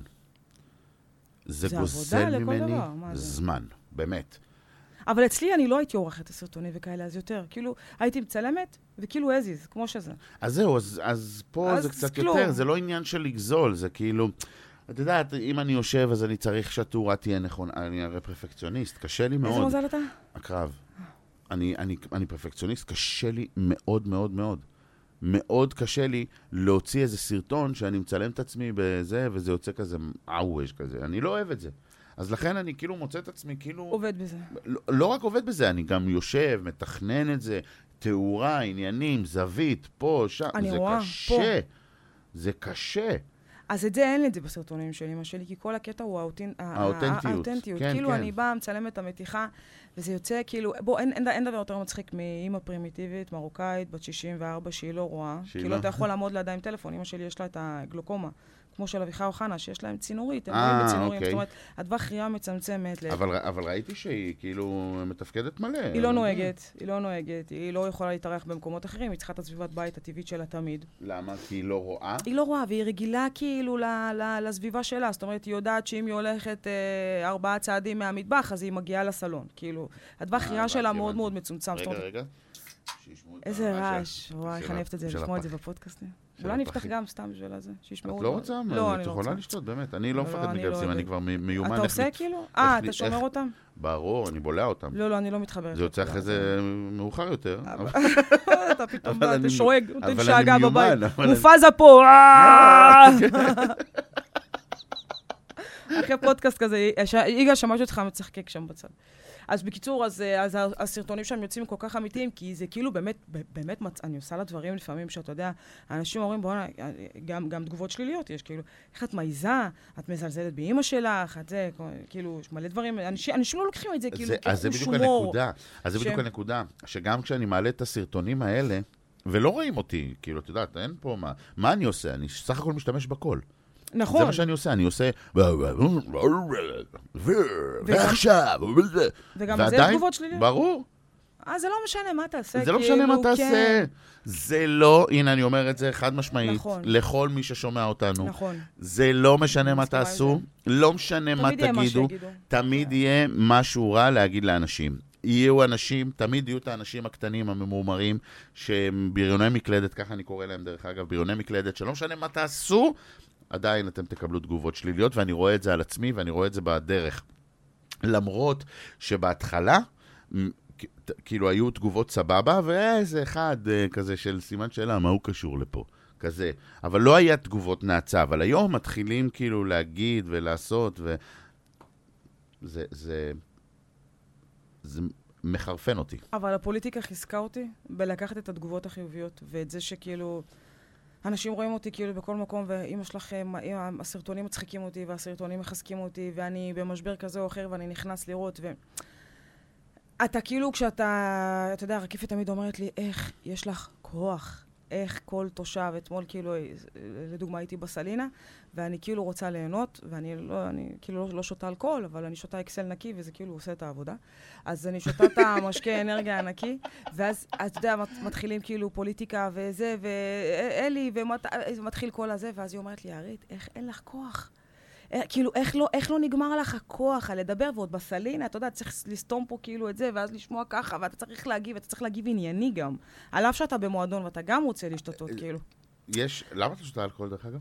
זה גוזל ממני זמן, באמת. אבל אצלי אני לא הייתי עורכת הסרטונים וכאלה, אז יותר. כאילו, הייתי מצלמת, וכאילו הזיז, כמו שזה. אז זהו, אז פה זה קצת יותר, זה לא עניין של לגזול, זה כאילו... את יודעת, אם אני יושב, אז אני צריך שהתאורה תהיה נכונה. אני הרי פרפקציוניסט, קשה לי מאוד. איזה מזל אתה? הקרב. אני פרפקציוניסט, קשה לי מאוד מאוד מאוד. מאוד קשה לי להוציא איזה סרטון שאני מצלם את עצמי בזה, וזה יוצא כזה עווש כזה. אני לא אוהב את זה. אז לכן אני כאילו מוצא את עצמי כאילו... עובד בזה. לא רק עובד בזה, אני גם יושב, מתכנן את זה, תאורה, עניינים, זווית, פה, שם. אני רואה, פה. זה קשה. אז את זה אין לי את זה בסרטונים של אמא שלי, כי כל הקטע הוא האותנטיות. כאילו אני באה, מצלמת את המתיחה, וזה יוצא כאילו, בוא, אין דבר יותר מצחיק מאמא פרימיטיבית, מרוקאית, בת 64, שהיא לא רואה. כאילו אתה יכול לעמוד לידה עם טלפון, אמא שלי יש לה את הגלוקומה, כמו של אביחי אוחנה, שיש להם צינורית, הם רואים בצינורים, זאת אומרת, הטווח ראייה מצמצמת. אבל ראיתי שהיא כאילו מתפקדת מלא. היא לא נוהגת, היא לא יכולה להתארח במקומות אחרים, היא צריכה את הסביבת בית הטבעית שלה תמיד. למה? כי היא לא רואה? היא לא רואה, והיא רגילה כאילו לסביבה שלה, זאת אומרת, היא יודעת שאם היא הולכת 4 צעדים מהמטבח, אז היא מגיעה לסלון, כאילו, הטווח ראייה שלה מאוד מאוד מצומצם. רגע. איזה רעש, וואי, איך אני אוהבת את זה, לשמוע את זה בפודקאסטים. אולי נפתח גם סתם בשביל הזה, שישמעו. את לא רוצה? את יכולה לשתות, באמת. אני לא מפחד מגרסים, אני כבר מיומן. אתה עושה כאילו? אתה שומר אותם? ברור, אני בולע אותם. לא, אני לא מתחברת. זה יוצא אחרי זה מאוחר יותר. אתה פתאום בא, אתה שורג, נותן שאגה בבית. מופזה פה, אחרי פודקאסט כזה, יגאל שמעתי אותך מצחקק שם בצד. אז בקיצור, אז הסרטונים שם יוצאים כל כך אמיתיים, כי זה כאילו באמת, אני עושה לה דברים לפעמים שאתה יודע, אנשים אומרים, בוא'נה, גם תגובות שליליות יש, כאילו, איך את מעיזה, את מזלזלת באמא שלך, את זה, כאילו, יש מלא דברים, אנשים לא לוקחים את זה, כאילו, אז זה בדיוק הנקודה, שגם כשאני מעלה את הסרטונים האלה, ולא רואים אותי, כאילו, אתה יודעת, אין פה מה אני עושה, אני סך הכל משתמש בכל. נכון. זה מה שאני עושה, אני עושה... ועכשיו... וגם זה תגובות שליליות. ברור. זה לא משנה מה תעשה. זה לא משנה מה תעשה. זה לא, הנה אני אומר את זה חד משמעית, לכל מי ששומע אותנו. נכון. זה לא משנה מה תעשו, לא משנה מה תגידו, תמיד יהיה משהו רע להגיד לאנשים. יהיו אנשים, תמיד יהיו את האנשים הקטנים, הממורמרים, שהם בריוני מקלדת, ככה אני קורא להם דרך אגב, בריוני מקלדת, שלא משנה מה תעשו, עדיין אתם תקבלו תגובות שליליות, ואני רואה את זה על עצמי, ואני רואה את זה בדרך. למרות שבהתחלה, כאילו היו תגובות סבבה, ואיזה אחד כזה של סימן שאלה, מה הוא קשור לפה? כזה. אבל לא היה תגובות נעצה, אבל היום מתחילים כאילו להגיד ולעשות, זה מחרפן אותי. אבל הפוליטיקה חיזקה אותי בלקחת את התגובות החיוביות, ואת זה שכאילו... אנשים רואים אותי כאילו בכל מקום, ואמא שלכם, הסרטונים מצחיקים אותי, והסרטונים מחזקים אותי, ואני במשבר כזה או אחר, ואני נכנס לראות, אתה כאילו כשאתה, אתה יודע, רקיפי תמיד אומרת לי, איך יש לך כוח, איך כל תושב, אתמול כאילו, לדוגמה הייתי בסלינה, ואני כאילו רוצה ליהנות, ואני כאילו לא שותה אלכוהול, אבל אני שותה אקסל נקי, וזה כאילו עושה את העבודה. אז אני שותה את המשקה אנרגיה הנקי, ואז, אתה יודע, מתחילים כאילו פוליטיקה וזה, ואלי, ומתחיל כל הזה, ואז היא אומרת לי, ארית, איך אין לך כוח? כאילו, איך לא נגמר לך הכוח על לדבר, ועוד בסלינה, אתה יודע, צריך לסתום פה כאילו את זה, ואז לשמוע ככה, ואתה צריך להגיב, אתה צריך להגיב ענייני גם. על אף שאתה במועדון, ואתה גם רוצה להשתתות, כאילו. למה אתה שותה אלכוהול, דרך אגב?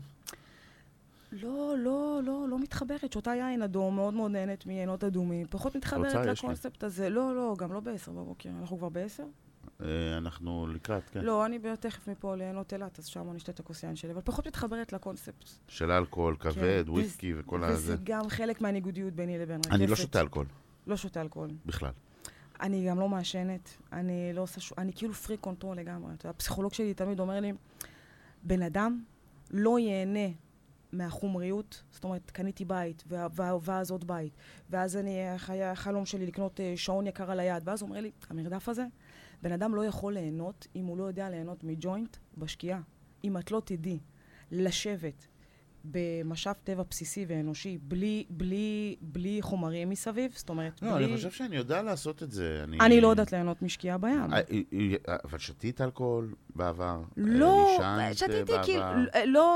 לא מתחברת. שותה יין אדום, מאוד מאוד נהנית מיינות אדומים. פחות מתחברת לקונספט הזה. לא, גם לא ב-10 בבוקר. אנחנו כבר ב-10? אנחנו לקראת, כן. לא, אני תכף מפה לעיינות אילת, אז שם אני אשתה את הכוס יין שלי, אבל פחות מתחברת לקונספט. של אלכוהול, כבד, וויסקי וכל הזה. וזה גם חלק מהניגודיות ביני לבין רקפת. אני לא שותה אלכוהול. לא שותה אלכוהול. בכלל. אני גם לא מעשנת. אני לא עושה אני כאילו פרי קונטרול לגמרי. הפסיכולוג שלי תמיד אומר לי, בן אדם לא ייהנה מהחומריות, זאת אומרת, קניתי בית, ואז עוד בית, ואז החלום שלי לקנות שעון יקר על היד, ואז הוא אומר לי, המרדף הזה, בן אדם לא יכול ליהנות אם הוא לא יודע ליהנות מג'וינט בשקיעה. אם את לא תדעי לשבת במשאב טבע בסיסי ואנושי, בלי חומרים מסביב, זאת אומרת, לא, אני חושב שאני יודע לעשות את זה. אני לא יודעת ליהנות משקיעה בים. אבל שתית אלכוהול בעבר? לא, שתיתי כאילו, לא,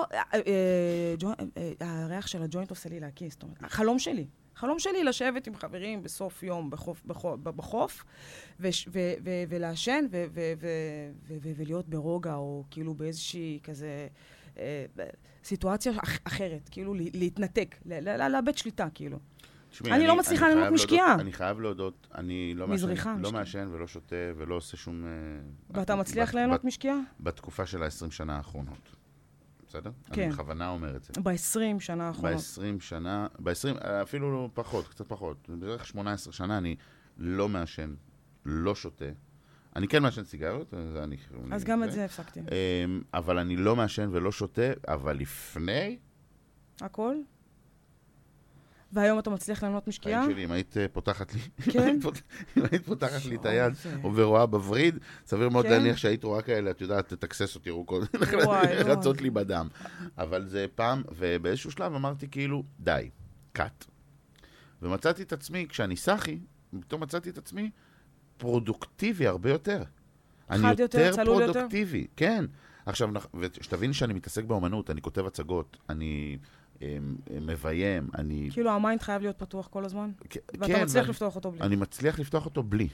הריח של הג'וינט עושה לי להקיס, זאת אומרת, חלום שלי לשבת עם חברים בסוף יום בחוף, ולעשן, ולהיות ברוגע, או כאילו באיזושהי כזה סיטואציה אחרת, כאילו להתנתק, לאבד שליטה, כאילו. אני לא מצליחה ליהנות משקיעה. אני חייב להודות, אני לא מעשן ולא שותה ולא עושה שום... ואתה מצליח ליהנות משקיעה? בתקופה של ה-20 שנה האחרונות. בסדר? כן. אני בכוונה אומר את זה. ב-20 שנה האחרונות. ב-20 שנה, אפילו פחות, קצת פחות. בערך 18 שנה אני לא מעשן, לא שותה. אני כן מעשן סיגריות. אז גם את זה הפסקתי. אבל אני לא מעשן ולא שותה, אבל לפני... הכל? והיום אתה מצליח ליהנות משקיעה? חיים שלי, אם היית פותחת לי... כן? אם היית פותחת לי את היד, ורואה בווריד, סביר מאוד להניח שהיית רואה כאלה, את יודעת, תתקסס אותי ירוקות, רצות לי בדם. אבל זה פעם, ובאיזשהו שלב אמרתי כאילו, די, קאט. ומצאתי את עצמי, כשאני סחי, פתאום מצאתי את עצמי פרודוקטיבי הרבה יותר. אני יותר פרודוקטיבי, כן. עכשיו, ושתבין שאני מתעסק באומנות, אני כותב הצגות, אני... מביים, אני... כאילו המיינד חייב להיות פתוח כל הזמן? ואתה מצליח לפתוח אותו בלי? אני מצליח לפתוח אותו בלי.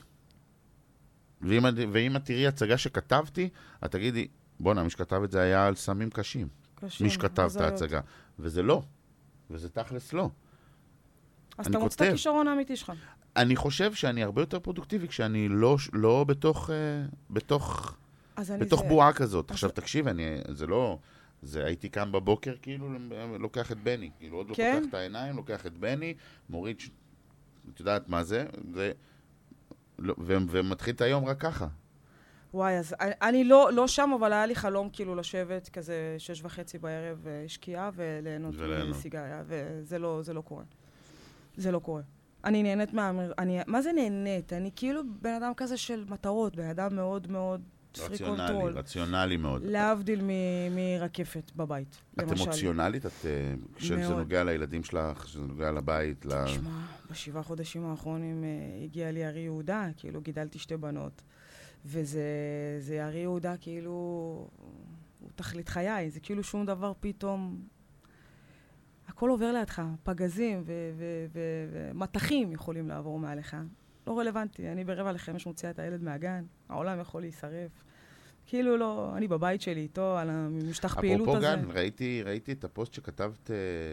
ואם את תראי הצגה שכתבתי, את תגידי, בוא'נה, מי שכתב את זה היה על סמים קשים. מי שכתב את ההצגה. וזה לא. וזה תכלס לא. אז אתה מוצא את הכישרון האמיתי שלך. אני חושב שאני הרבה יותר פרודוקטיבי כשאני לא בתוך בועה כזאת. עכשיו תקשיב, זה לא... הייתי קם בבוקר, כאילו, לוקח את בני. כאילו, עוד לא פותח את העיניים, לוקח את בני, מוריד, את יודעת מה זה, ומתחיל את היום רק ככה. וואי, אז אני לא שם, אבל היה לי חלום, כאילו, לשבת כזה 6:30 בערב, שקיעה, וליהנות מסיגריה, וזה לא קורה. זה לא קורה. אני נהנית מה זה נהנית? אני כאילו בן אדם כזה של מטרות, בן אדם מאוד מאוד... רציונלי מאוד. להבדיל מרקפת בבית, למשל. את אמוציונלית? כשזה נוגע לילדים שלך, כשזה נוגע לבית? תשמע, ב7 חודשים האחרונים הגיע לי ארי יהודה, כאילו גידלתי 2 בנות, וזה ארי יהודה כאילו, הוא תכלית חיי, זה כאילו שום דבר פתאום, הכל עובר לידך, פגזים ומתחים יכולים לעבור מעליך. לא רלוונטי, אני ב16:45 מוציאה את הילד מהגן, העולם יכול להישרף. כאילו לא, אני בבית שלי איתו, על המשטח פעילות הזה. אפרופו גן, ראיתי את הפוסט שכתבת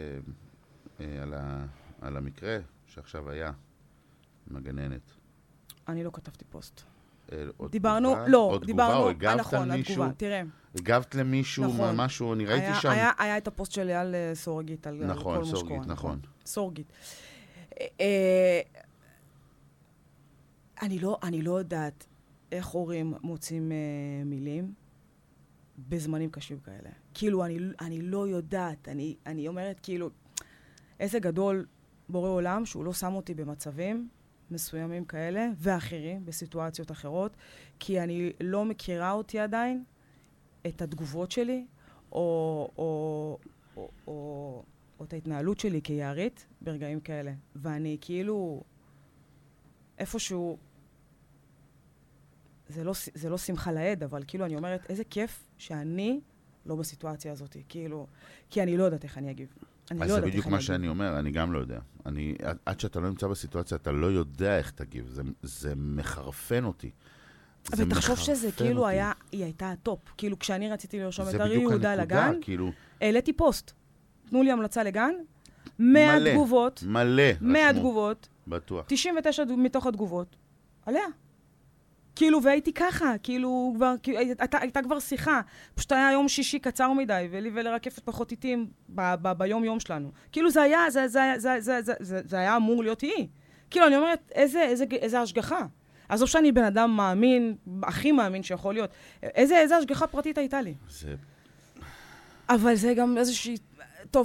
על המקרה שעכשיו היה עם הגננת. אני לא כתבתי פוסט. דיברנו, נכון, התגובה, תראה. הגבת למישהו, משהו, אני ראיתי שם. היה את הפוסט שלי על סורגית, על כל מה שקורה. נכון. סורגית. אני לא יודעת איך הורים מוצאים מילים בזמנים קשים כאלה. כאילו, אני לא יודעת. אני אומרת, כאילו, איזה גדול בורא עולם שהוא לא שם אותי במצבים מסוימים כאלה, ואחרים, בסיטואציות אחרות, כי אני לא מכירה אותי עדיין, את התגובות שלי, או את ההתנהלות שלי כיערית ברגעים כאלה. ואני כאילו, איפשהו, זה לא שמחה לעד, אבל כאילו אני אומרת, איזה כיף שאני לא בסיטואציה הזאת, כאילו, כי אני לא יודעת איך אני אגיב. אני אז לא זה יודעת בדיוק איך מה אני שאני אומר, אני גם לא יודע. עד שאתה לא נמצא בסיטואציה, אתה לא יודע איך תגיב. זה מחרפן אותי. אבל תחשוב שזה כאילו היא הייתה הטופ. כאילו כשאני רציתי לרשום את ארי יהודה לגן, העליתי פוסט. תנו לי המלצה לגן, 100 תגובות. מלא. 100 תגובות. בטוח. 99 מתוך התגובות. עליה. כאילו, והייתי ככה, כאילו, הייתה כבר שיחה. פשוט היה יום שישי קצר מדי, ולי ולרקפת פחות איטים ביום יום שלנו. כאילו, זה היה אמור להיות היא. כאילו, אני אומרת, איזה השגחה. עזוב שאני בן אדם מאמין, הכי מאמין שיכול להיות. איזה השגחה פרטית הייתה לי. אבל זה גם איזושהי... טוב,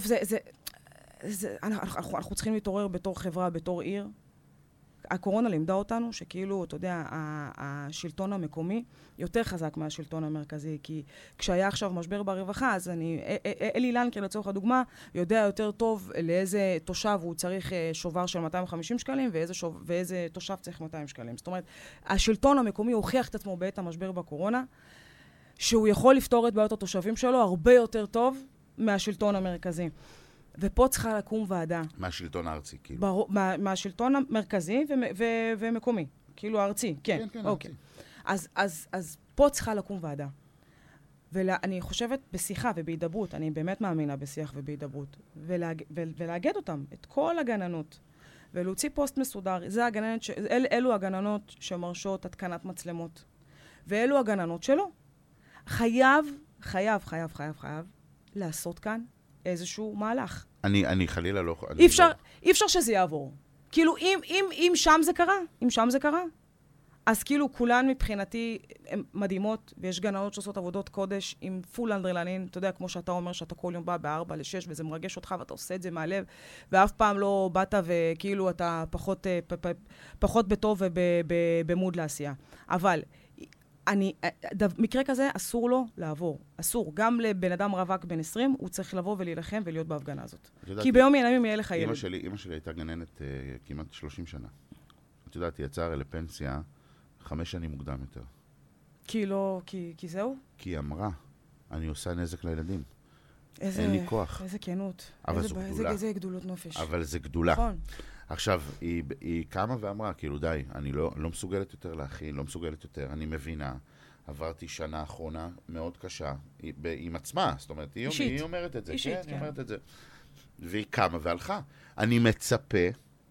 אנחנו צריכים להתעורר בתור חברה, בתור עיר. הקורונה לימדה אותנו שכאילו, אתה יודע, השלטון המקומי יותר חזק מהשלטון המרכזי, כי כשהיה עכשיו משבר ברווחה, אז אלי לנקר לצורך הדוגמה, יודע יותר טוב לאיזה תושב הוא צריך שובר של 250 שקלים, ואיזה תושב צריך 200 שקלים. זאת אומרת, השלטון המקומי הוכיח את עצמו בעת המשבר בקורונה, שהוא יכול לפתור את בעיות התושבים שלו הרבה יותר טוב מהשלטון המרכזי. ופה צריכה לקום ועדה. מהשלטון הארצי, כאילו. מהשלטון המרכזי ומקומי. כאילו הארצי, כן. כן, אוקיי. אז פה צריכה לקום ועדה. ואני חושבת בשיחה ובהידברות, אני באמת מאמינה בשיח ובהידברות, ולאגד אותם, את כל הגננות, ולהוציא פוסט מסודר. אלו הגננות שמרשות התקנת מצלמות. ואלו הגננות שלו. חייב לעשות כאן איזשהו מהלך. אני חלילה לא... אי אפשר שזה יעבור. כאילו, אם שם זה קרה, אז כאילו כולן מבחינתי הן מדהימות, ויש גננות שעושות עבודות קודש עם פול אנדרלנין, אתה יודע, כמו שאתה אומר, שאתה כל יום בא ב4 ל6, וזה מרגש אותך, ואתה עושה את זה מהלב, ואף פעם לא באת וכאילו אתה פחות בטוב ובמוד לעשייה. אבל... מקרה כזה אסור לו לעבור. אסור. גם לבן אדם רווק בן 20, הוא צריך לבוא ולהילחם ולהיות בהפגנה הזאת. כי ביום ינמים יהיה לך ילד. אמא שלי הייתה גננת כמעט 30 שנה. את יודעת, היא יצאה הרי לפנסיה 5 שנים מוקדם יותר. כי זהו? כי היא אמרה, אני עושה נזק לילדים. אין לי כוח. איזה כנות. אבל זו גדולה. איזה גדולות נופש. אבל זה גדולה. נכון. עכשיו, היא קמה ואמרה, כאילו די, אני לא מסוגלת יותר להכין, לא מסוגלת יותר, אני מבינה. עברתי שנה האחרונה מאוד קשה, עם עצמה, זאת אומרת, היא אומרת את זה. אישית, כן. היא אומרת את זה. והיא קמה והלכה. אני מצפה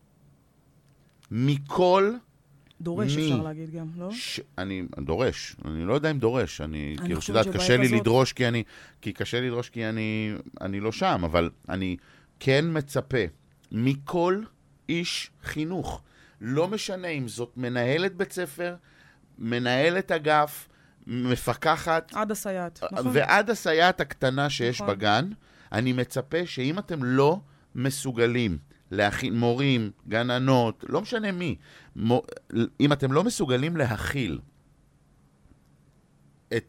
מכל... דורש אפשר להגיד גם, לא? אני דורש, אני לא יודע אם דורש, אני כאילו, יודעת, קשה לי לדרוש כי אני לא שם, אבל אני כן מצפה מכל איש חינוך, לא משנה אם זאת מנהלת בית ספר, מנהלת אגף, מפקחת. עד הסייעת, נכון. ועד הסייעת הקטנה שיש בגן, אני מצפה שאם אתם לא מסוגלים להכין, מורים, גננות, לא משנה מי, אם אתם לא מסוגלים להכיל את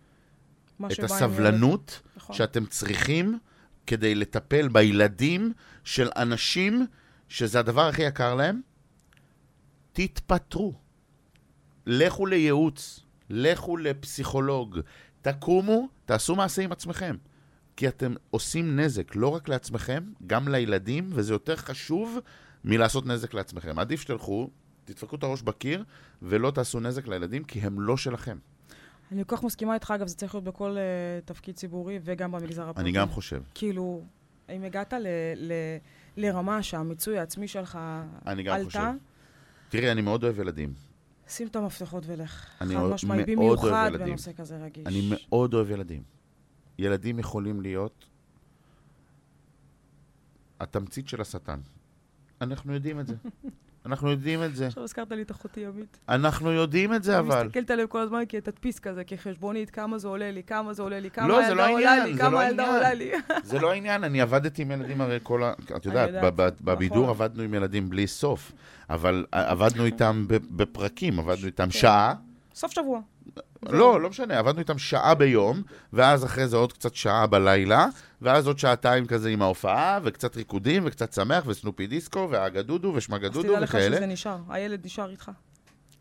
הסבלנות שאתם צריכים כדי לטפל בילדים של אנשים שזה הדבר הכי יקר להם, תתפטרו. לכו לייעוץ, לכו לפסיכולוג, תקומו, תעשו מעשה עם עצמכם. כי אתם עושים נזק לא רק לעצמכם, גם לילדים, וזה יותר חשוב מלעשות נזק לעצמכם. עדיף שתלכו, תדפקו את הראש בקיר, ולא תעשו נזק לילדים, כי הם לא שלכם. אני כל כך מסכימה איתך, אגב, זה צריך להיות בכל תפקיד ציבורי, וגם במגזר הפרטי. אני גם חושב. כאילו, אם הגעת לרמה שהמיצוי העצמי שלך עלתה... אני גם חושב. תראי, אני מאוד אוהב ילדים. שים את המפתחות ולך. אני מאוד אוהב ילדים. במיוחד בנושא כזה רגיש. אני מאוד אוהב ילדים. ילדים יכולים להיות התמצית של השטן. אנחנו יודעים את זה. אנחנו יודעים את זה. עכשיו הזכרת לי את אחותי עמית. אנחנו יודעים את זה, אבל... אני מסתכלת עליהם כל הזמן כתדפיס כזה, כחשבונית, כמה זה עולה לי, כמה זה עולה לי, כמה לא, הילדה עולה לי, כמה הילדה עולה לי. זה לא העניין, אני עבדתי עם ילדים הרי כל ה... את יודעת, בבידור עבדנו עם ילדים בלי סוף, אבל עבדנו איתם בפרקים, עבדנו איתם שעה. סוף שבוע. לא משנה, עבדנו איתם שעה ביום, ואז אחרי זה עוד קצת שעה בלילה, ואז עוד שעתיים כזה עם ההופעה, וקצת ריקודים, וקצת שמח, וסנופי דיסקו, והגדודו, ושמגדודו, וכאלה. אז תדע לך שזה נשאר, הילד נשאר איתך.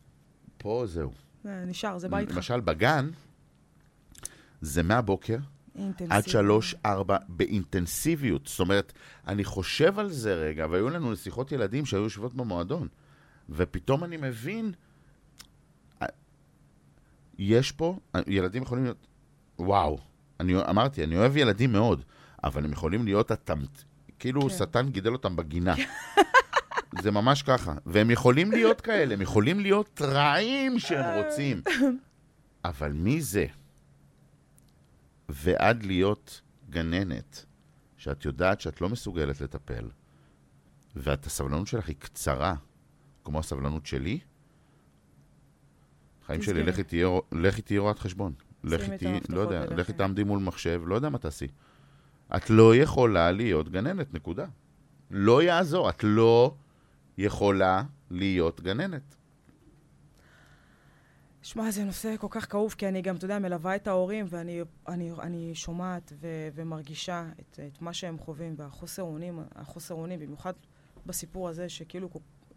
פה זהו. נשאר, זה בא איתך. למשל, בגן, זה מהבוקר עד 3-4 באינטנסיביות. זאת אומרת, אני חושב על זה רגע, והיו לנו שיחות ילדים שהיו יושבות במועדון, ופתאום אני מבין, יש פה, ילדים יכולים להיות, וואו, אמרתי, אני אוהב ילדים מאוד, אבל הם יכולים להיות כאילו שטן גידל אותם בגינה. זה ממש ככה. והם יכולים להיות כאלה, הם יכולים להיות רעים שהם רוצים. אבל מי זה? ועד להיות גננת, שאת יודעת שאת לא מסוגלת לטפל, והסבלנות שלך היא קצרה, כמו הסבלנות שלי, חיים שלי, לכי תהיי רואת חשבון. לא יודע, לכי תעמדי מול מחשב, לא יודע מה תעשי. את לא יכולה להיות גננת, נקודה. לא יעזור, את לא יכולה להיות גננת. שמע, זה נושא כל כך כאוב, כי אני גם, אתה יודע, מלווה את ההורים, ואני שומעת ומרגישה את מה שהם חווים, והחוסר אונים, במיוחד בסיפור הזה, שכאילו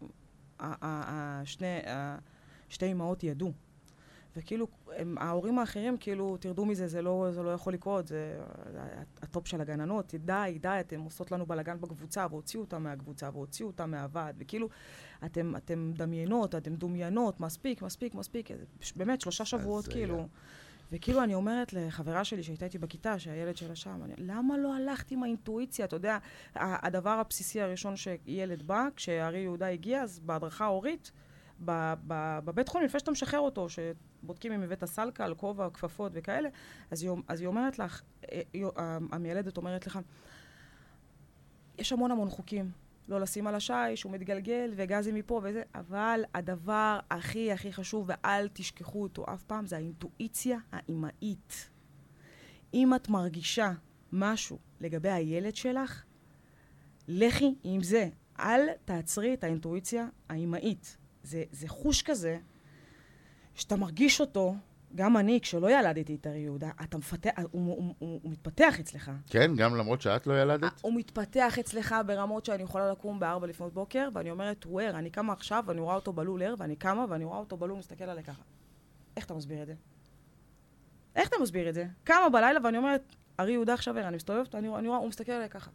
שתי אמהות ידעו. וכאילו, ההורים האחרים, כאילו, תרדו מזה, זה לא יכול לקרות, זה הטופ של הגננות, די, אתם עושות לנו בלגן בקבוצה, והוציאו אותם מהקבוצה, והוציאו אותם מהוועד, וכאילו, אתם דמיינות, מספיק, באמת, 3 שבועות, כאילו. וכאילו, אני אומרת לחברה שלי, שהייתה איתי בכיתה, שהילד שלה שם, למה לא הלכתי עם האינטואיציה? אתה יודע, הדבר הבסיסי הראשון שילד בא, כשארי יהודה הגיע, אז בהדרכה ההורית, בבית חולים, לפני שאתה משחרר אותו, שבודקים אם הבאת סלקה, על כובע, כפפות וכאלה, אז היא אומרת לך, המילדת אומרת לך, יש המון חוקים, לא לשים על השיש, הוא מתגלגל וגזים מפה וזה, אבל הדבר הכי חשוב, ואל תשכחו אותו אף פעם, זה האינטואיציה האימהית. אם את מרגישה משהו לגבי הילד שלך, לכי עם זה, אל תעצרי את האינטואיציה האימהית. זה חוש כזה, שאתה מרגיש אותו, גם אני, כשלא ילדתי את ארי יהודה, הוא מתפתח אצלך. כן, גם למרות שאת לא ילדת? הוא מתפתח אצלך ברמות שאני יכולה לקום ב4 לפנות בוקר, ואני אומרת, הוא ער, אני קמה עכשיו, ואני רואה אותו בלול ער, ואני קמה, ואני רואה אותו בלול, מסתכל עלי ככה. איך אתה מסביר את זה? איך אתה מסביר את זה? קמה בלילה, ואני אומרת, ארי יהודה עכשיו ער, אני מסתובבת, אני רואה, הוא מסתכל עלי ככה.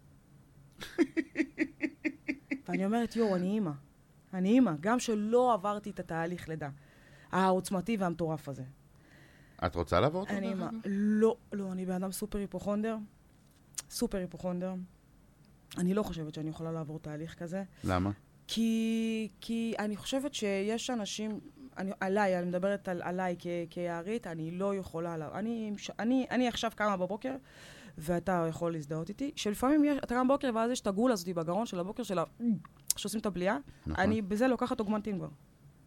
ואני אומרת, אני אימא, גם שלא עברתי את התהליך לידה, העוצמתי והמטורף הזה. את רוצה לעבור אותו? אני אימא. לא, אני בן אדם סופר היפוכונדר. אני לא חושבת שאני יכולה לעבור תהליך כזה. למה? כי אני חושבת שיש אנשים, אני מדברת עליי כיערית, אני לא יכולה, אני עכשיו קמה בבוקר, ואתה יכול להזדהות איתי, שלפעמים אתה קם בבוקר, ואז יש את הגול הזאת בגרון של הבוקר שלה, שעושים את הבליעה, אני בזה לוקחת אוגמנטין כבר.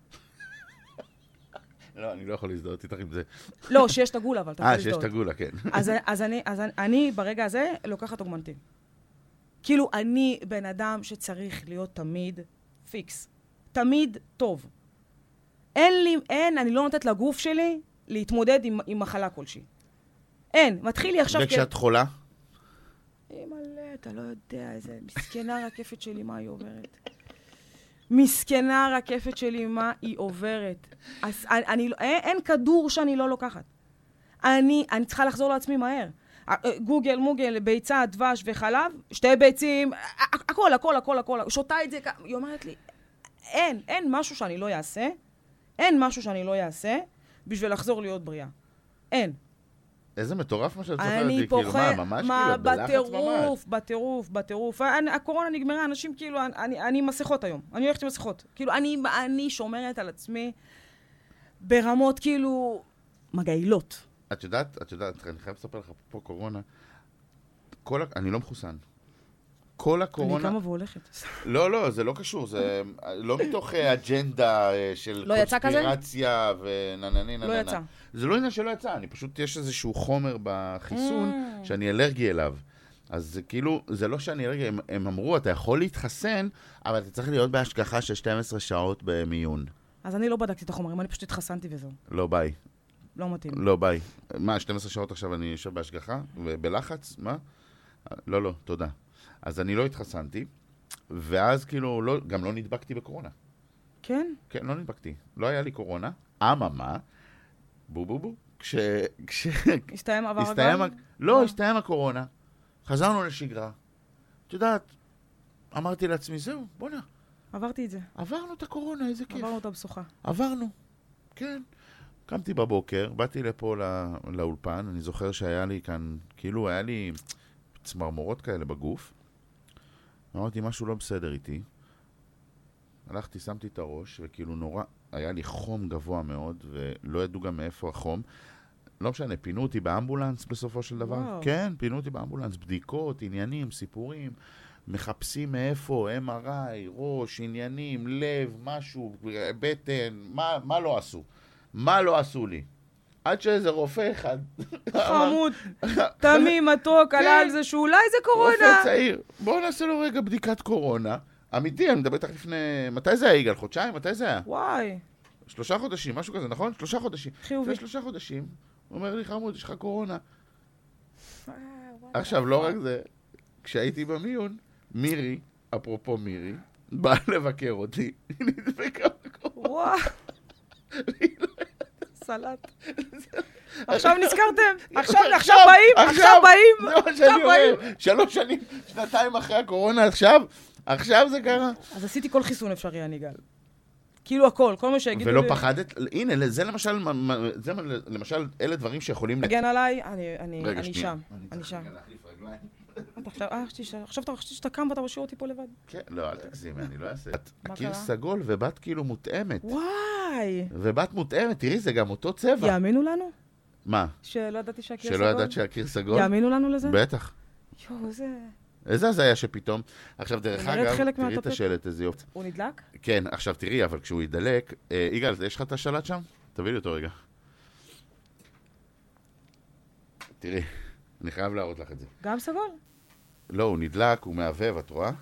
לא, אני לא יכול להזדהות איתך עם זה. לא, שיש את הגולה, אבל אתה יכול להזדהות. שיש את הגולה, כן. אז אני ברגע הזה לוקחת אוגמנטין. כאילו, אני בן אדם שצריך להיות תמיד פיקס. תמיד טוב. אני לא נותנת לגוף שלי להתמודד עם מחלה כלשהי. מתחיל לי עכשיו... וכשאת חולה? מלא, אתה לא יודע, איזה מסכנה רקפת שלי, מה היא עוברת. מסכנה רקפת שלי, מה היא עוברת. אז אין כדור שאני לא לוקחת. אני צריכה לחזור לעצמי מהר. גוגל, ביצה, דבש וחלב, 2 ביצים, הכל. שותה את זה, היא אומרת לי, אין משהו שאני לא אעשה, בשביל לחזור להיות בריאה. אין. איזה מטורף מה שאת זוכרת לי, כאילו, ממש כאילו, בטירוף. הקורונה נגמרה, אנשים כאילו, אני מסכות היום, אני הולכת עם מסכות. כאילו, אני שומרת על עצמי ברמות כאילו מגעילות. את יודעת, אני חייב לספר לך פה קורונה, אני לא מחוסן. כל הקורונה... אני קמה והולכת. לא, זה לא קשור, זה לא מתוך אג'נדה של קונספירציה וננני. לא יצא. זה לא עניין שלא יצא, אני פשוט, יש איזשהו חומר בחיסון שאני אלרגי אליו. אז זה כאילו, זה לא שאני אלרגי, הם אמרו, אתה יכול להתחסן, אבל אתה צריך להיות בהשגחה של 12 שעות במיון. אז אני לא בדקתי את החומרים, אני פשוט התחסנתי וזהו. לא ביי. לא מתאים. לא ביי. מה, 12 שעות עכשיו אני יושב בהשגחה? בלחץ? מה? לא, תודה. אז אני לא התחסנתי, ואז כאילו גם לא נדבקתי בקורונה. כן? כן, לא נדבקתי. לא היה לי קורונה. אממה, בו, הסתיים עבר הגל? לא, הסתיים הקורונה. חזרנו לשגרה. את יודעת, אמרתי לעצמי, זהו, בוא'נה. עברתי את זה. עברנו את הקורונה, איזה כיף. עברנו את הבשוכה. עברנו, כן. קמתי בבוקר, באתי לפה לאולפן, אני זוכר שהיה לי כאן, כאילו היה לי צמרמורות כאלה בגוף. אמרתי, משהו לא בסדר איתי. הלכתי, שמתי את הראש, וכאילו נורא, היה לי חום גבוה מאוד, ולא ידעו גם מאיפה החום. לא משנה, פינו אותי באמבולנס בסופו של דבר. וואו. כן, פינו אותי באמבולנס, בדיקות, עניינים, סיפורים, מחפשים מאיפה, MRI, ראש, עניינים, לב, משהו, בטן, מה לא עשו? מה לא עשו לי? עד שאיזה רופא אחד... חמוד, תמי, מתוק, עלה על זה שאולי זה קורונה. רופא צעיר, בואו נעשה לו רגע בדיקת קורונה. אמיתי, אני מדבר איתך לפני... מתי זה היה, יגאל? חודשיים? מתי זה היה? וואי. 3 חודשים, משהו כזה, נכון? 3 חודשים. חיובי. לפני 3 חודשים, הוא אומר לי, חמוד, יש לך קורונה. עכשיו, לא רק זה, כשהייתי במיון, מירי, אפרופו מירי, באה לבקר אותי, היא נדבקה בקורונה. וואו. סלט. עכשיו נזכרתם? עכשיו באים? עכשיו באים? זה מה שאני אומר. 3 שנים, 2 אחרי הקורונה, עכשיו זה קרה. אז עשיתי כל חיסון אפשרי, אני גל. כאילו הכל, כל מה שהגידו לי... ולא פחדת? הנה, זה למשל, אלה דברים שיכולים... תגן עליי, אני שם. אני שם. צריך להחליף רגליים. עכשיו אתה חשבתי שאתה קם ואתה משאיר אותי פה לבד. כן, לא, אל תגזימי, אני לא אעשה. מה הקיר קרה? סגול ובת כאילו מותאמת. וואי. ובת מותאמת, תראי, זה גם אותו צבע. יאמינו לנו? מה? שלא ידעתי שהקיר שלא סגול? ידעת שהקיר סגול? יאמינו לנו לזה? בטח. יואו, זה... איזה הזיה שפתאום. עכשיו, דרך נראית אגב, חלק תראי את מהטפט. השלט, איזה יופי. הוא נדלק? כן, עכשיו תראי, אבל כשהוא ידלק... יגאל, יש לך את השלט שם? תביא לי אותו רגע. תראי, אני חייב להראות לך את זה. גם סגול? לא, הוא נדלק, הוא מעבב, את רואה?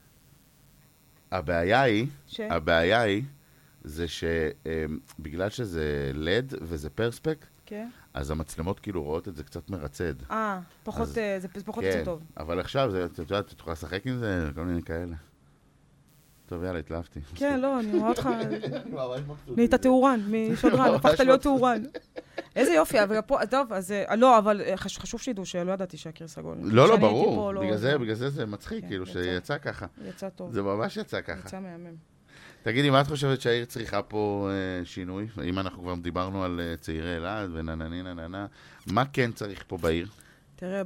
הבעיה היא, זה שבגלל שזה לד וזה פרספק, כן. אז המצלמות כאילו רואות את זה קצת מרצד. פחות, זה פחות יוצא טוב. אבל עכשיו, את יודעת, את יכולה לשחק עם זה, כל מיני כאלה. טוב, יאללה, התלהבתי. כן, לא, אני רואה אותך... נהיית תאורן, משדרן, הפכת להיות תאורן. איזה יופי, אבל פה, טוב, אז... לא, אבל חשוב שידעו שלא ידעתי שהקיר סגול. לא, ברור. בגלל זה מצחיק, כאילו, שיצא ככה. יצא טוב. זה ממש יצא ככה. יצא מהמם. תגידי, מה את חושבת שהעיר צריכה פה שינוי? אם אנחנו כבר דיברנו על צעירי אלעד ונננה, מה כן צריך פה בעיר? תראה,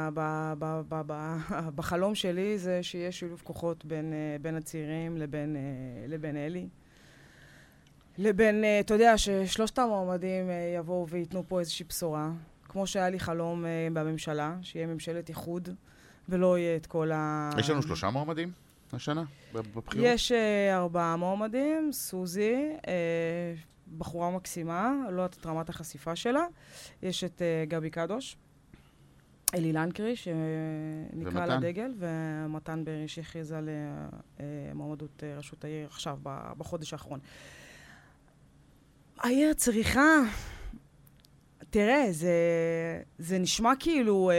בחלום שלי זה שיש שילוב כוחות בין הצעירים לבין אלי. לבין, אתה יודע, ששלושת המועמדים יבואו ויתנו פה איזושהי בשורה. כמו שהיה לי חלום בממשלה, שיהיה ממשלת איחוד, ולא יהיה את כל יש לנו 3 מועמדים השנה בבחירות? יש 4 מועמדים, סוזי, בחורה מקסימה, לא את רמת החשיפה שלה. יש את גבי קדוש. אלי לנקרי, שנקרא לדגל, ומתן ברי שהכריז על מועמדות ראשות העיר עכשיו, בחודש האחרון. העיר צריכה, תראה, זה נשמע כאילו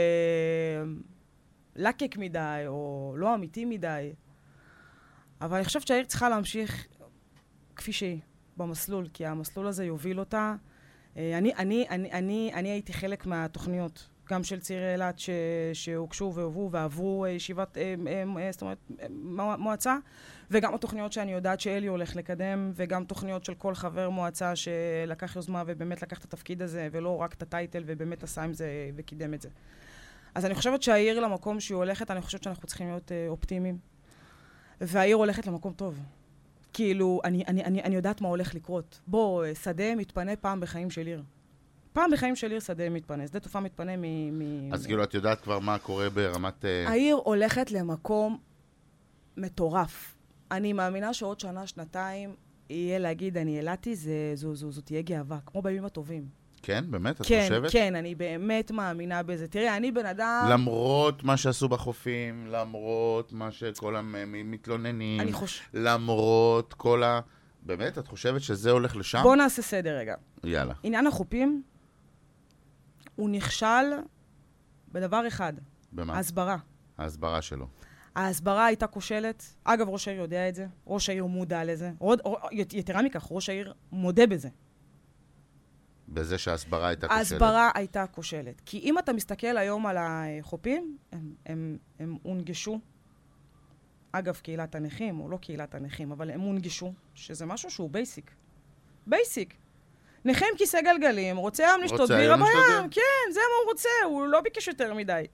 לקק מדי, או לא אמיתי מדי, אבל אני חושבת שהעיר צריכה להמשיך כפי שהיא, במסלול, כי המסלול הזה יוביל אותה. אני הייתי חלק מהתוכניות. גם של צעירי אלעד שהוגשו והובאו ועברו ישיבת, זאת אומרת, מועצה, וגם התוכניות שאני יודעת שאלי הולך לקדם, וגם תוכניות של כל חבר מועצה שלקח יוזמה ובאמת לקח את התפקיד הזה, ולא רק את הטייטל, ובאמת עשה עם זה וקידם את זה. אז אני חושבת שהעיר למקום שהיא הולכת, אני חושבת שאנחנו צריכים להיות אופטימיים. והעיר הולכת למקום טוב. כאילו, אני יודעת מה הולך לקרות. בוא, שדה מתפנה פעם בחיים של עיר. פעם בחיים של עיר שדה מתפנה, שדה תעופה מתפנה אז כאילו את יודעת כבר מה קורה ברמת... העיר הולכת למקום מטורף. אני מאמינה שעוד שנה, שנתיים, יהיה להגיד, אני אילתי, זו תהיה גאווה, כמו בימים הטובים. כן, באמת? את חושבת? כן, אני באמת מאמינה בזה. תראה, אני בן אדם... למרות מה שעשו בחופים, למרות מה שכל המתלוננים, למרות כל ה... באמת? את חושבת שזה הולך לשם? בוא נעשה סדר רגע. יאללה. עניין החופים הוא נכשל בדבר אחד. במה? ההסברה. ההסברה שלו. ההסברה הייתה כושלת. אגב, ראש העיר יודע את זה. ראש העיר מודע לזה. יתרה מכך, ראש העיר מודה בזה. בזה שההסברה הייתה כושלת? ההסברה הייתה כושלת. כי אם אתה מסתכל היום על החופים, הם הונגשו. אגב, קהילת הנכים, או לא קהילת הנכים, אבל הם הונגשו, שזה משהו שהוא בייסיק. בייסיק. נכה עם כיסא גלגלים, רוצה היום לשתות בירה בים. כן, זה מה הוא רוצה, הוא לא ביקש יותר מדי.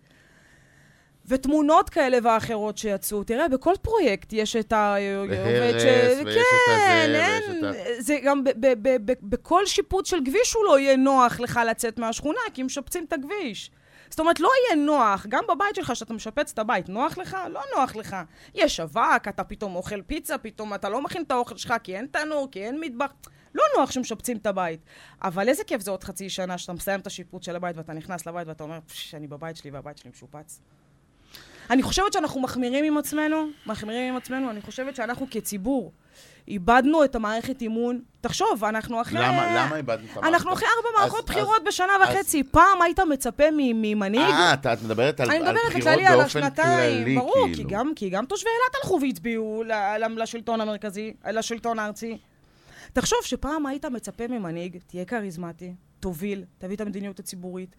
ותמונות כאלה ואחרות שיצאו, תראה, בכל פרויקט יש את הרס, ויש את הזה, זה גם בכל שיפוץ של כביש הוא לא יהיה נוח לך לצאת מהשכונה, כי הם משפצים את הכביש. זאת אומרת, לא יהיה נוח, גם בבית שלך, שאתה משפץ את הבית, נוח לך? לא נוח לך. יש אבק, אתה פתאום אוכל פיצה, פתאום אתה לא מכין את האוכל שלך, כי אין תנור, כי אין מטבח. לא נוח שמשפצים את הבית. אבל איזה כיף זה עוד חצי שנה, שאתה מסיים את השיפוץ של הבית, ואתה נכנס לבית, ואתה אומר, אני בבית שלי, והבית שלי משופץ. אני חושבת שאנחנו מחמירים עם עצמנו, אני חושבת שאנחנו כציבור איבדנו את המערכת אימון. תחשוב, אנחנו אחרי... למה איבדנו את המערכת? אנחנו אחרי 4 מערכות בחירות בשנה וחצי. פעם היית מצפה ממנהיג... את מדברת על בחירות באופן כללי, ברור, כי גם תושבי אילת הלכו והצביעו לשלטון המרכזי, לשלטון הארצי. תחשוב שפעם היית מצפה ממנהיג, תהיה כריזמטי, תוביל, תביא את המדיניות הציבורית,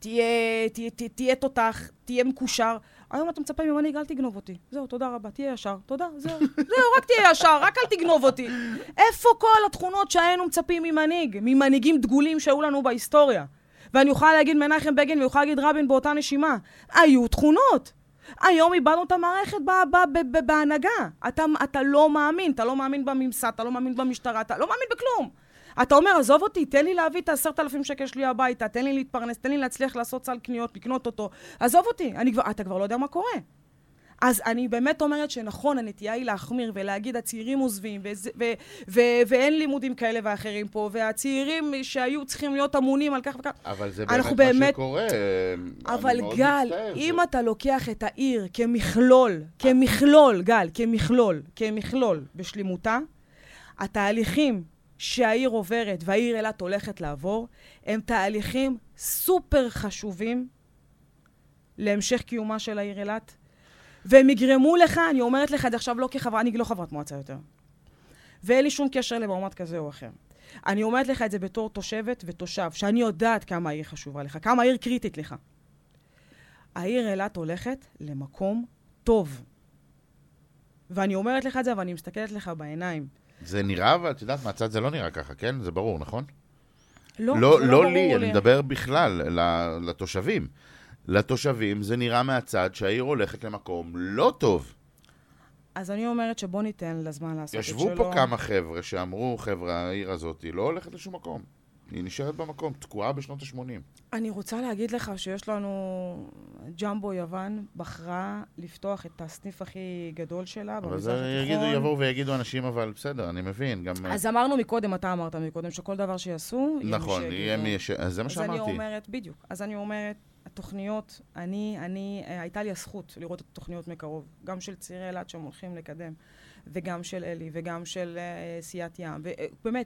תהיה תותח, תהיה מקושר. היום אתה מצפה ממנהיג, אל תגנוב אותי. זהו, תודה רבה, תהיה ישר. תודה, זהו, רק תהיה ישר, רק אל תגנוב אותי. איפה כל התכונות שהיינו מצפים ממנהיגים דגולים שהיו לנו בהיסטוריה? ואני אוכל להגיד מנחם בגין ויוכל להגיד רבין באותה נשימה. היו תכונות. היום איבדנו את המערכת בהנהגה. אתה לא מאמין, אתה לא מאמין בממסד, אתה לא מאמין במשטרה, אתה לא מאמין בכלום. אתה אומר, עזוב אותי, תן לי להביא את 10,000 שקל שלי הביתה, תן לי להתפרנס, תן לי להצליח לעשות סל קניות, לקנות אותו. עזוב אותי, אתה כבר לא יודע מה קורה. אז אני באמת אומרת שנכון, הנטייה היא להחמיר ולהגיד, הצעירים עוזבים, ואין לימודים כאלה ואחרים פה, והצעירים שהיו צריכים להיות אמונים על כך וכך. אבל זה באמת מה שקורה. אבל גל, אם אתה לוקח את העיר כמכלול בשלימותה, התהליכים שהעיר עוברת והעיר אילת הולכת לעבור, הם תהליכים סופר חשובים להמשך קיומה של העיר אילת, והם יגרמו לך, אני אומרת לך, זה עכשיו לא כחברה, אני לא חברת מועצה יותר. ואין לי שום קשר למועמד כזה או אחר. אני אומרת לך את זה בתור תושבת ותושב, שאני יודעת כמה העיר חשובה לך, כמה העיר קריטית לך. העיר אילת הולכת למקום טוב. ואני אומרת לך את זה, ואני מסתכלת לך בעיניים. זה נראה, ואת יודעת, מהצד זה לא נראה ככה, כן? זה ברור, נכון? לא לי, אני מדבר בכלל לתושבים. לתושבים זה נראה מהצד שהעיר הולכת למקום לא טוב. אז אני אומרת שבוא ניתן לזמן לעשות את שלו. ישבו פה כמה חבר'ה שאמרו, חבר'ה, העיר הזאת היא לא הולכת לשום מקום. היא נשארת במקום, תקועה בשנות ה-80. אני רוצה להגיד לך שיש לנו ג'מבו יוון בחרה לפתוח את הסניף הכי גדול שלה במזרח התיכון. אבל יבואו ויגידו אנשים, אבל בסדר, אני מבין. אז אמרנו מקודם, אתה אמרת מקודם, שכל דבר שיעשו, נכון, אז זה מה שאמרתי. אז אני אומרת, בדיוק, אז אני אומרת, התוכניות, הייתה לי הזכות לראות את התוכניות מקרוב, גם של צעירי אילת שהם הולכים לקדם, וגם של אלי, וגם של סיית ים, ובאמת,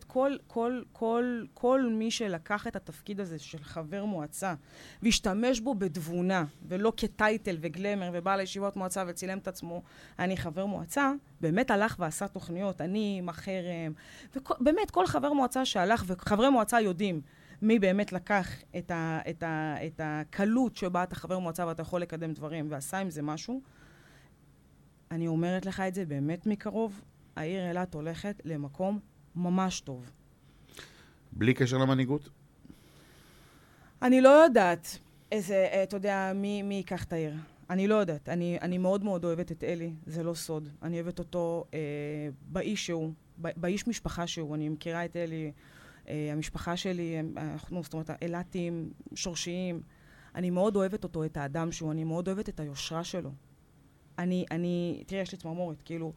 כל מי שלקח את התפקיד הזה של חבר מועצה, והשתמש בו בתבונה, ולא כטייטל וגלמר, ובא לישיבות מועצה וצילם את עצמו, אני חבר מועצה, באמת הלך ועשה תוכניות, אני עם החרם, ובאמת, כל חבר מועצה שהלך, וחברי מועצה יודעים, מי באמת לקח את הקלות שבה אתה חבר מועצה ואתה יכול לקדם דברים, ועשה עם זה משהו, אני אומרת לך את זה באמת מקרוב, העיר אילת הולכת למקום ממש טוב. בלי קשר למנהיגות? אני לא יודעת איזה, אתה יודע, מי ייקח את העיר. אני לא יודעת. אני מאוד מאוד אוהבת את אלי, זה לא סוד. אני אוהבת אותו באיש שהוא, באיש משפחה שהוא. אני מכירה את אלי, המשפחה שלי, זאת אומרת, אילתים, שורשיים. אני מאוד אוהבת אותו, את האדם שהוא, אני מאוד אוהבת את היושרה שלו. תראה, יש לי צמרמורת, כאילו,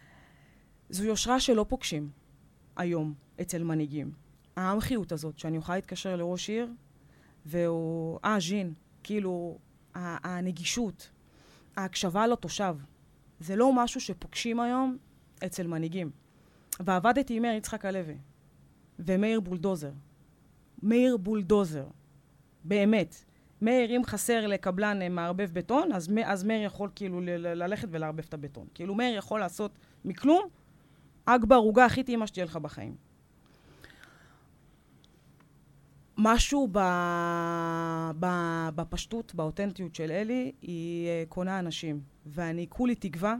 זו יושרה שלא פוגשים היום אצל מנהיגים. העמחיות הזאת, שאני אוכל להתקשר לראש עיר, והוא, ז'ין, כאילו, הנגישות, ההקשבה לתושב, זה לא משהו שפוגשים היום אצל מנהיגים. ועבדתי עם מאיר יצחק הלוי, ומאיר בולדוזר. מאיר בולדוזר, באמת. מאיר, אם חסר לקבלן מערבב בטון, אז מאיר יכול כאילו ללכת ולערבב את הבטון. כאילו מאיר יכול לעשות מכלום, רק בערוגה הכי טעימה שתהיה לך בחיים. משהו בפשטות, באותנטיות של אלי, היא קונה אנשים. ואני כולי תקווה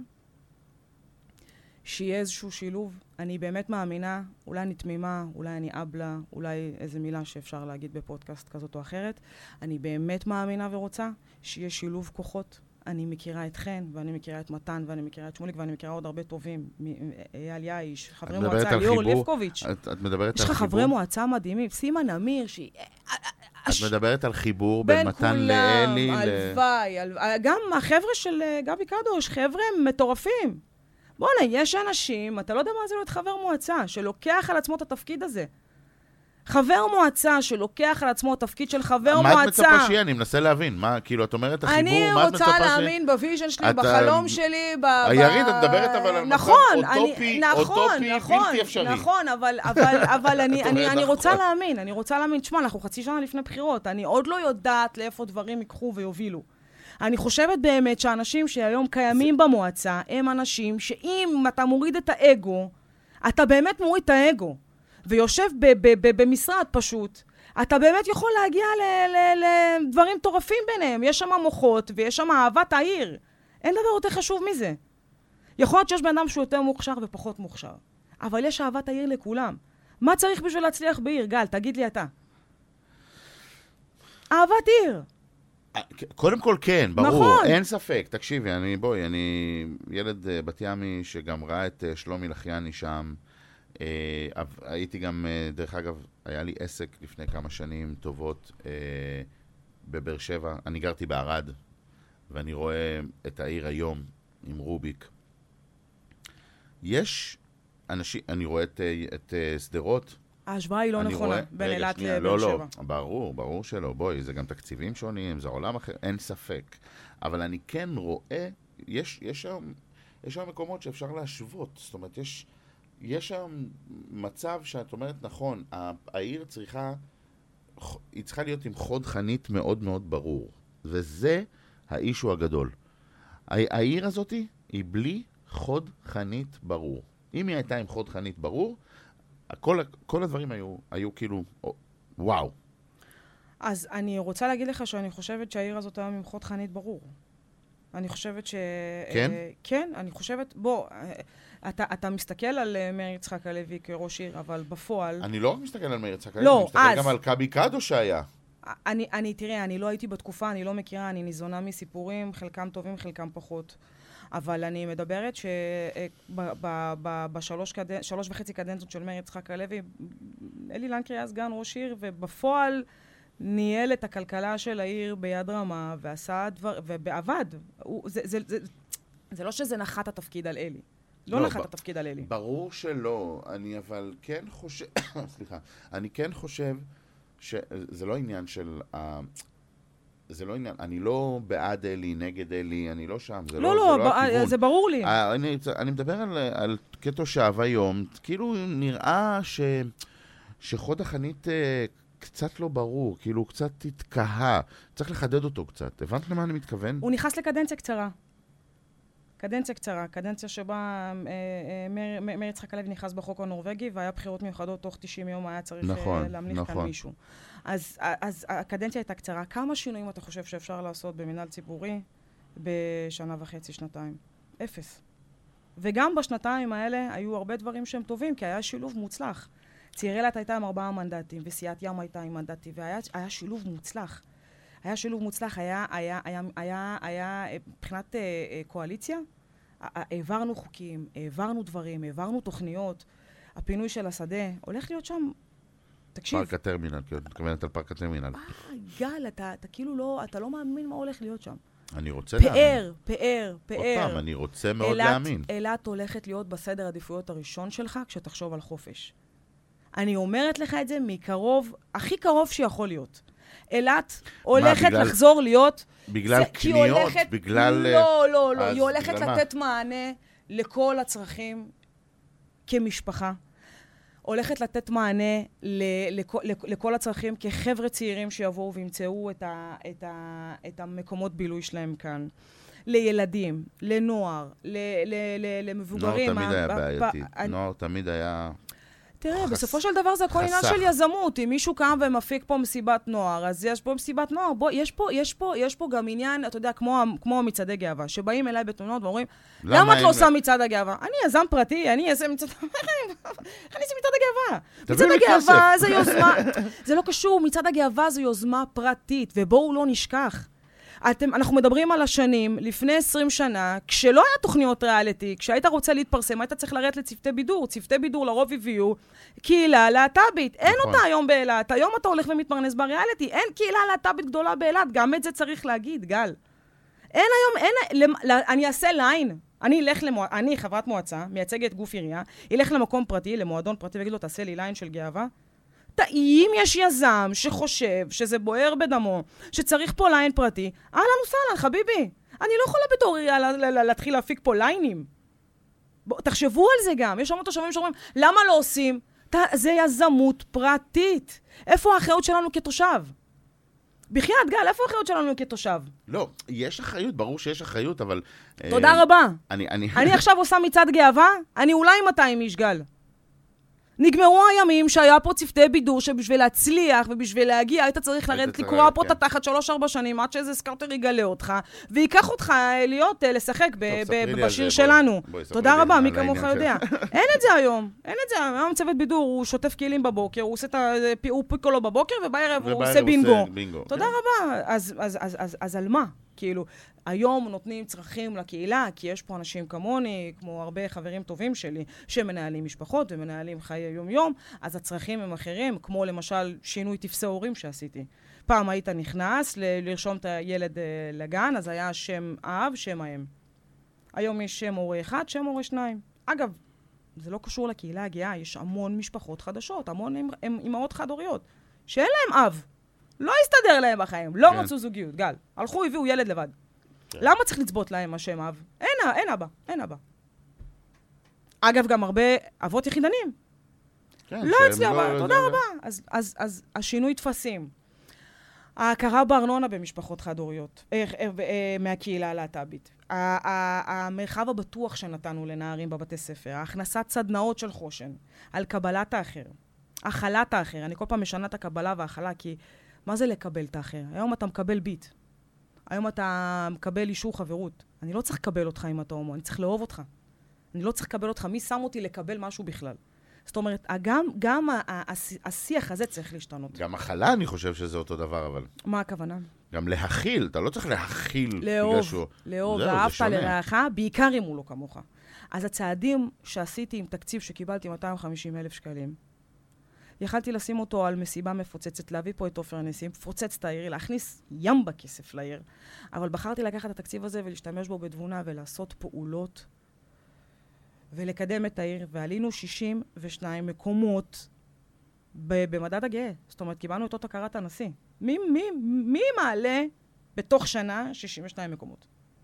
שיהיה איזשהו שילוב. אני באמת מאמינה, אולי אני תמימה, אולי אני אבלה, אולי איזו מילה שאפשר להגיד בפודקאסט כזאת או אחרת. אני באמת מאמינה ורוצה שיהיה שילוב כוחות. אני מכירה את חן, ואני מכירה את מתן, ואני מכירה את שמוליק, ואני מכירה עוד הרבה טובים. אייל יאיש, חברי מועצה, ליאור ליפקוביץ'. את מדברת על חיבור? יש לך חברי מועצה מדהימים, סימה נמיר, שהיא... את מדברת על חיבור בין מתן לאלי? הלוואי. גם החבר'ה של גבי קדוש, חבר'ה מטורפים. בוא'נה, יש אנשים, אתה לא יודע מה זה להיות חבר מועצה, שלוקח על עצמו את התפקיד הזה. חבר מועצה שלוקח על עצמו תפקיד של חבר מועצה. מה את מצפה שיהיה? אני מנסה להבין. מה, כאילו, את אומרת החיבור, מה את מצפה אני רוצה להאמין בוויז'ן שלי, בחלום שלי, הירית, את מדברת אבל על מצב אוטופי, בלתי אפשרי. נכון, אבל אני רוצה להאמין. תשמע, אנחנו חצי שנה לפני בחירות, אני עוד לא יודעת לאיפה דברים יקחו ויובילו. אני חושבת באמת שאנשים שהיום קיימים במועצה, הם אנשים שאם אתה מוריד את האגו, אתה באמת מוריד את האגו. ויושב במשרד פשוט, אתה באמת יכול להגיע לדברים טורפים ביניהם. יש שם מוחות ויש שם אהבת העיר. אין דבר יותר חשוב מזה. יכול להיות שיש בן אדם שהוא יותר מוכשר ופחות מוכשר. אבל יש אהבת העיר לכולם. מה צריך בשביל להצליח בעיר? גל, תגיד לי אתה. אהבת עיר. קודם כל כן, ברור, נכון. אין ספק. תקשיבי, אני ילד בת ימי שגם ראה את שלומי לחיאני שם. הייתי גם, דרך אגב, היה לי עסק לפני כמה שנים טובות בבאר שבע. אני גרתי בערד, ואני רואה את העיר היום עם רוביק. יש אנשים, אני רואה את סדרות. ההשוואה היא לא נכונה, בין אילת לבאר שבע. לא, ברור שלא. בואי, זה גם תקציבים שונים, זה עולם אחר, אין ספק. אבל אני כן רואה, יש שם מקומות שאפשר להשוות. זאת אומרת, יש שם מצב שאת אומרת, נכון, העיר צריכה להיות עם חוד חנית מאוד מאוד ברור. וזה האישו הגדול. העיר הזאת היא בלי חוד חנית ברור. אם היא הייתה עם חוד חנית ברור, כל הדברים היו כאילו, וואו. אז אני רוצה להגיד לך שאני חושבת שהעיר הזאת היום עם חוד חנית ברור. אני חושבת כן? כן, אני חושבת, בוא, אתה מסתכל על מאיר יצחק הלוי כראש עיר, אבל בפועל... אני לא רק מסתכל על מאיר יצחק הלוי, אני מסתכל גם על קאבי קדוש שהיה. תראה, אני לא הייתי בתקופה, אני לא מכירה, אני ניזונה מסיפורים, חלקם טובים, חלקם פחות. אבל אני מדברת בשלוש וחצי קדנציות של מאיר יצחק הלוי, אלי לנקרי היה סגן ראש עיר, ובפועל ניהל את הכלכלה של העיר ביד רמה, ועשה ועבד. זה לא שזה נחת התפקיד על אלי. לא נחת התפקיד על אלי. ברור שלא. אני אבל כן חושב, סליחה, אני כן חושב שזה לא עניין של... זה לא עניין, אני לא בעד אלי, נגד אלי, אני לא שם, זה לא הכיוון. זה ברור לי. אני מדבר על כתושב היום, כאילו נראה שחוד החנית קצת לא ברור, כאילו קצת התקהה, צריך לחדד אותו קצת. הבנת למה אני מתכוון? הוא נכנס לקדנציה קצרה. קדנציה שבה מאיר יצחק הלוי נכנס בחוק הנורווגי, והיה בחירות מיוחדות, תוך 90 יום היה צריך להמליך כאן מישהו. אז הקדנציה הייתה קצרה. כמה שינויים אתה חושב שאפשר לעשות במנהל ציבורי בשנה וחצי, שנתיים? 0. וגם בשנתיים האלה היו הרבה דברים שהם טובים, כי היה שילוב מוצלח. צעירי אילת הייתה עם 4 מנדטים, וסיעת ים הייתה עם מנדטים, והיה שילוב מוצלח. היה מבחינת קואליציה, העברנו חוקים, העברנו דברים, העברנו תוכניות. הפינוי של השדה הולך להיות שם, תקשיב. פארק הטרמינל, כי את מתכוונת על פארק הטרמינל. גל, אתה כאילו לא, אתה לא מאמין מה הולך להיות שם. אני רוצה להאמין. פאר. עוד פעם, אני רוצה מאוד להאמין. אילת הולכת להיות בסדר עדיפויות הראשון שלך כשתחשוב על חופש. אני אומרת לך את זה מקרוב, הכי קרוב שיכול להיות. אילת הולכת לחזור להיות... בגלל קניות? בגלל... לא. היא הולכת לתת מענה לכל הצרכים כמשפחה. הולכת לתת מענה לכל הצרכים כחבר'ה צעירים שיבואו וימצאו את המקומות בילוי שלהם כאן. לילדים, לנוער, למבוגרים. נוער תמיד היה בעייתי. נוער תמיד היה... תראה, בסופו של דבר זה הכל עניין של יזמות. אם מישהו קם ומפיק פה מסיבת נוער, אז יש פה מסיבת נוער. בוא, יש פה גם עניין, אתה יודע, כמו מצעדי גאווה, שבאים אליי בתמונות ואומרים, למה את לא עושה מצעד הגאווה? אני יזם פרטי, אני אעשה מצעד... איך אני אעשה מצעד הגאווה? מצעד הגאווה זה יוזמה... זה לא קשור, מצעד הגאווה זה יוזמה פרטית, ובואו לא נשכח. אנחנו מדברים על השנים, לפני 20 שנה, כשלא היה תוכניות ריאליטי, כשהיית רוצה להתפרסם, היית צריך לרדת לצוותי בידור. צוותי בידור לרוב הביאו קהילה להט"בית. אין אותה היום באילת. היום אתה הולך ומתפרנס בריאליטי. אין קהילה להט"בית גדולה באילת. גם את זה צריך להגיד, גל. אין היום, אני אעשה ליין. אני חברת מועצה, מייצגת גוף עירייה, ילך למקום פרטי, למועדון פרטי, ויגיד לו, תעשה לי ליין של גאווה. אם יש יזם שחושב שזה בוער בדמו, שצריך פה ליין פרטי, אהלן וסהלן, חביבי. אני לא יכולה בתור עירייה להתחיל להפיק פה ליינים. תחשבו על זה גם. יש המון תושבים שאומרים, למה לא עושים? זה יזמות פרטית. איפה האחריות שלנו כתושב? בחייאת, גל, איפה האחריות שלנו כתושב? לא, יש אחריות, ברור שיש אחריות, אבל... תודה רבה. אני עכשיו עושה מצעד גאווה, אני אולי 200 איש, גל. נגמרו הימים שהיה פה צוותי בידור שבשביל להצליח ובשביל להגיע היית צריך לרדת לקרוע פה את התחת 3-4 שנים עד שאיזה סקאוטר יגלה אותך ויקח אותך לשחק בשיר שלנו. תודה רבה, מי כמוך יודע. אין את זה היום. אין את זה. היום צוות בידור, הוא שוטף כלים בבוקר, הוא עושה הוא פיקולו בבוקר ובערב הוא עושה בינגו. תודה רבה. אז על מה? כאילו, היום נותנים צרכים לקהילה, כי יש פה אנשים כמוני, כמו הרבה חברים טובים שלי, שמנהלים משפחות ומנהלים חיי יום-יום, אז הצרכים הם אחרים, כמו למשל שינוי תפסי הורים שעשיתי. פעם היית נכנס לרשום את הילד לגן, אז היה שם אב, שם האם. היום יש שם הורה אחד, שם הורה שניים. אגב, זה לא קשור לקהילה הגאה, יש המון משפחות חדשות, המון אמהות חד-הוריות, שאין להם אב. לא הסתדר להם בחיים, לא מצאו זוגיות, גל. הלכו, הביאו ילד לבד. למה צריך לצבות להם השם אב? אין אבא. אגב, גם הרבה אבות יחידנים. לא אצלי אבא, תודה רבה. אז השינוי תפסים. ההכרה בארנונה במשפחות חד-הוריות, מהקהילה הלהט"בית. המרחב הבטוח שנתנו לנערים בבתי ספר, הכנסת סדנאות של חושן, על קבלת האחר, הכלת האחר. אני כל פעם משנה את הקבלה והכלה, כי מה זה לקבל את האחר? היום אתה מקבל ביט. היום אתה מקבל אישור חברות. אני לא צריך לקבל אותך אם אתה הומו, אני צריך לאהוב אותך. אני לא צריך לקבל אותך. מי שם אותי לקבל משהו בכלל? זאת אומרת, גם השיח הזה צריך להשתנות. גם הכלה, אני חושב שזה אותו דבר, אבל... מה הכוונה? גם להכיל, אתה לא צריך להכיל. לאהוב, ואהבת לרעך, בעיקר אם הוא לא כמוך. אז הצעדים שעשיתי עם תקציב שקיבלתי 250,000 שקלים, יכלתי לשים אותו על מסיבה מפוצצת, להביא פה את עופר הניסים, פוצץ את העיר, להכניס ים בכסף לעיר. אבל בחרתי לקחת את התקציב הזה ולהשתמש בו בתבונה ולעשות פעולות ולקדם את העיר. ועלינו 62 מקומות במדד הגאה. זאת אומרת, קיבלנו את אות הכרת הנשיא. מי מעלה בתוך שנה 62 מקומות?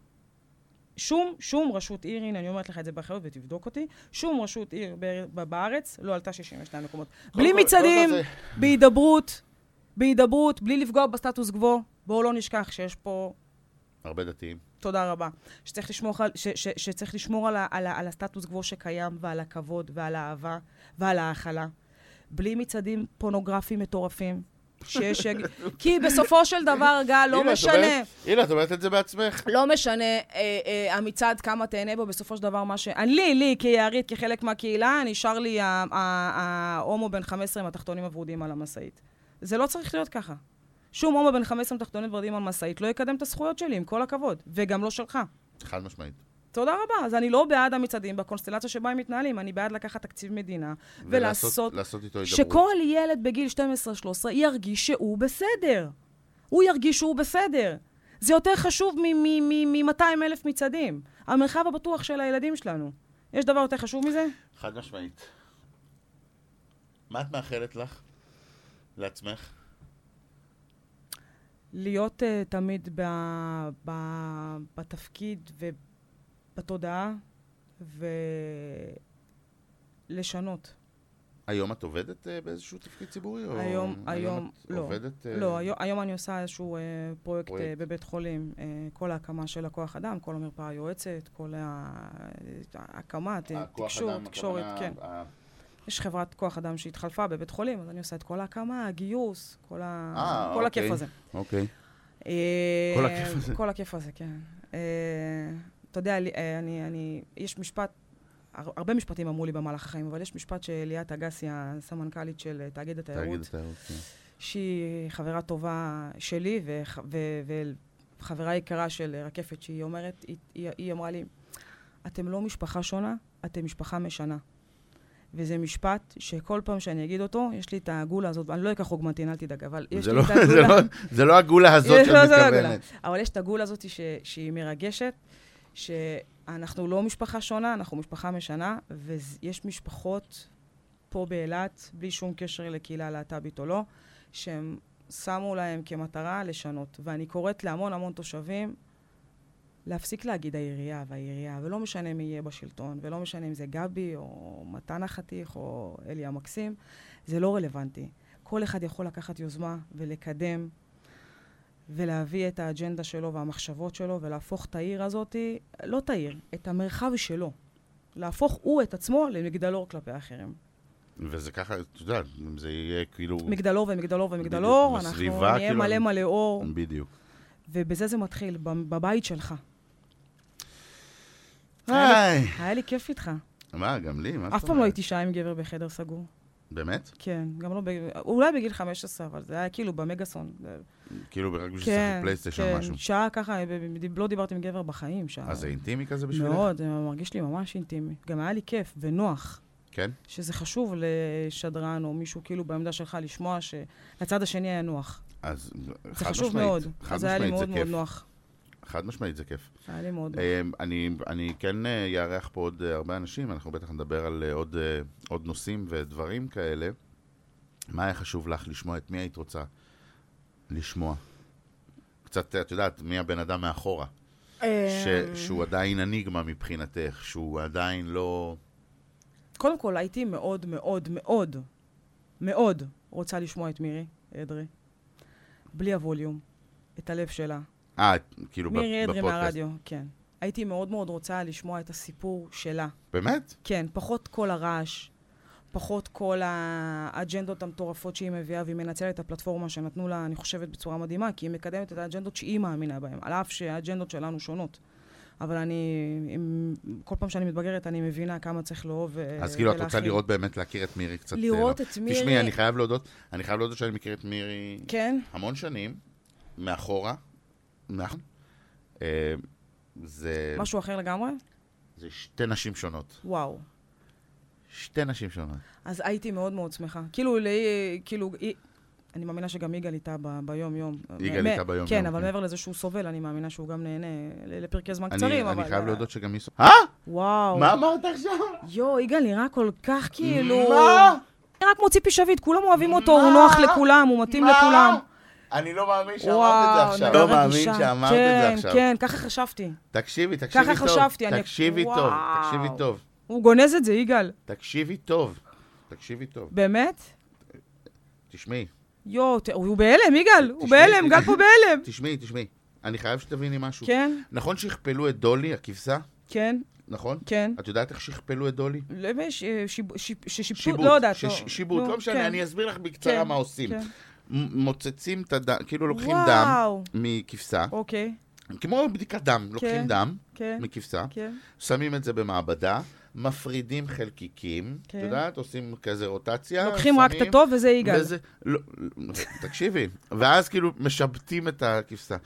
שום רשות עיר, הנה אני אומרת לך את זה באחריות ותבדוק אותי, שום רשות עיר בארץ לא עלתה 62 מקומות. בלי מצעדים, בהידברות, בלי לפגוע בסטטוס קוו, בואו לא נשכח שיש פה... הרבה דתיים. תודה רבה. שצריך לשמור על הסטטוס קוו שקיים ועל הכבוד ועל האהבה ועל ההכלה. בלי מצעדים פורנוגרפיים מטורפים. כי בסופו של דבר, גל, לא משנה. הנה, את אומרת את זה בעצמך. לא משנה המצעד כמה תהנה בו, בסופו של דבר מה ש... לי, כיערית, כחלק מהקהילה, נשאר לי ההומו בן 15 עם התחתונים הוורודים על המשאית. זה לא צריך להיות ככה. שום הומו בן 15 עם תחתונים וורודים על המשאית לא יקדם את הזכויות שלי, עם כל הכבוד, וגם לא שלך. חד משמעית. תודה רבה. אז אני לא בעד המצעדים בקונסטלציה שבה הם מתנהלים, אני בעד לקחת תקציב מדינה ולעשות שכל ילד בגיל 12-13 ירגיש שהוא בסדר. הוא ירגיש שהוא בסדר. זה יותר חשוב מ-200,000 מצעדים. המרחב הבטוח של הילדים שלנו. יש דבר יותר חשוב מזה? חד משמעית. מה את מאחלת לך? לעצמך? להיות תמיד בתפקיד בתודעה ולשנות. היום את עובדת באיזשהו תפקיד ציבורי? היום לא. לא, היום אני עושה איזשהו פרויקט בבית חולים, כל ההקמה של הכוח אדם, כל המרפאה היועצת, כל ההקמה, תקשורת, כן. יש חברת כוח אדם שהתחלפה בבית חולים, אז אני עושה את כל ההקמה, הגיוס, כל הכיף הזה. אוקיי. כל הכיף הזה. כל הכיף הזה, כן. אתה יודע, יש משפט, הרבה משפטים אמרו לי במהלך החיים, אבל יש משפט שליאת אגסי, הסמנכ"לית של תאגיד התיירות, שהיא חברה טובה שלי, וחברה יקרה של רקפת, שהיא אומרת, היא אמרה לי, אתם לא משפחה שונה, אתם משפחה משנה. וזה משפט שכל פעם שאני אגיד אותו, יש לי את הגולה הזאת, אני לא אקח אוגמנטין, אל תדאג, אבל יש לי את הגולה. זה לא הגולה הזאת שאת מתכוונת. אבל יש את הגולה הזאת שהיא מרגשת, שאנחנו לא משפחה שונה, אנחנו משפחה משנה, ויש משפחות פה באילת, בלי שום קשר לקהילה להט"בית או לא, שהם שמו להם כמטרה לשנות. ואני קוראת להמון המון תושבים, להפסיק להגיד העירייה והעירייה, ולא משנה מי יהיה בשלטון, ולא משנה אם זה גבי או מתן החתיך או אלי המקסים, זה לא רלוונטי. כל אחד יכול לקחת יוזמה ולקדם ולהביא את האג'נדה שלו והמחשבות שלו ולהפוך את העיר הזאת, לא את העיר, את המרחב שלו. להפוך הוא את עצמו למגדלור כלפי האחרים. וזה ככה, אתה יודע, זה יהיה כאילו... מגדלור ומגדלור ומגדלור, אנחנו נהיה מלא מלא אור. בדיוק. ובזה זה מתחיל, בבית שלך. היה לי כיף איתך. מה, גם לי? אף פעם לא הייתי שעה עם גבר בחדר סגור. באמת? כן, גם לא, אולי בגיל 15, אבל זה היה כאילו במגאסון. כאילו רק בשביל לשחק פלייסטיישן משהו. כן, שעה ככה, לא דיברתי עם גבר בחיים, שעה. אז זה אינטימי כזה בשבילך? מאוד, זה מרגיש לי ממש אינטימי. גם היה לי כיף ונוח. כן? שזה חשוב לשדרן או מישהו כאילו בעמדה שלך לשמוע שלצד השני היה נוח. אז זה חשוב מאוד. אז היה לי מאוד מאוד נוח. חד משמעית זה כיף. היה לי מאוד נוח. אני כן יארח פה עוד הרבה אנשים, אנחנו בטח נדבר על עוד נושאים ודברים כאלה. מה היה חשוב לך לשמוע? את מי היית רוצה לשמוע? קצת, את יודעת, מי הבן אדם מאחורה? שהוא עדיין אניגמה מבחינתך, שהוא עדיין לא... קודם כל, הייתי מאוד מאוד מאוד מאוד רוצה לשמוע את מירי אדרי. בלי הווליום. את הלב שלה. כאילו מירי אדרי מהרדיו, כן. הייתי מאוד מאוד רוצה לשמוע את הסיפור שלה. באמת? כן, פחות כל הרעש, פחות כל האג'נדות המטורפות שהיא מביאה, והיא מנצלת את הפלטפורמה שנתנו לה, אני חושבת, בצורה מדהימה, כי היא מקדמת את האג'נדות שהיא מאמינה בהן, על אף שהאג'נדות שלנו שונות. אבל כל פעם שאני מתבגרת, אני מבינה כמה צריך לאהוב ולהכין. אז כאילו, את רוצה לראות באמת, להכיר את מירי קצת... לראות את מירי... תשמעי, אני חייב להודות שאני מכיר את מירי... כן? המון שנים, מאחורה. זה... משהו אחר לגמרי? זה שתי נשים שונות. וואו. שתי נשים שונות. אז הייתי מאוד מאוד שמחה. כאילו, אני מאמינה שגם יגאל איתה ביום-יום. יגאל איתה ביום-יום. כן, אבל מעבר לזה שהוא סובל, אני מאמינה שהוא גם נהנה לפרקי זמן קצרים. אני חייב להודות שגם היא... וואו. מה אמרת עכשיו? יגאל נראה כל כך כאילו... מה? רק כמו ציפי שביט, כולם אוהבים אותו, הוא נוח לכולם, הוא מתאים לכולם. אני לא מאמין שאמרת את זה עכשיו. לא מאמין שאמרת את זה עכשיו. כן, ככה חשבתי. תקשיבי טוב. ככה חשבתי. תקשיבי טוב. הוא גונז את זה, יגאל. תקשיבי טוב. באמת? תשמעי. הוא בהלם, יגאל. הוא בהלם, גל פה בהלם. תשמעי. אני חייב שתביני משהו. כן. נכון שכפלו את דולי, הכבשה? כן. נכון? כן. את יודעת איך שכפלו את דולי? ששיבטו, לא יודעת. שיבוט, לא משנה, אני אסביר לך בקצרה מה עושים. מוצצים את הדם, כאילו לוקחים דם מכבשה. אוקיי. כמו בדיקת דם, לוקחים דם מכבשה, שמים את זה במעבדה, מפרידים חלקיקים, את יודעת, עושים כזה רוטציה. לוקחים רק את הטוב וזה יגאל. תקשיבי, ואז כאילו משבטים את הכבשה.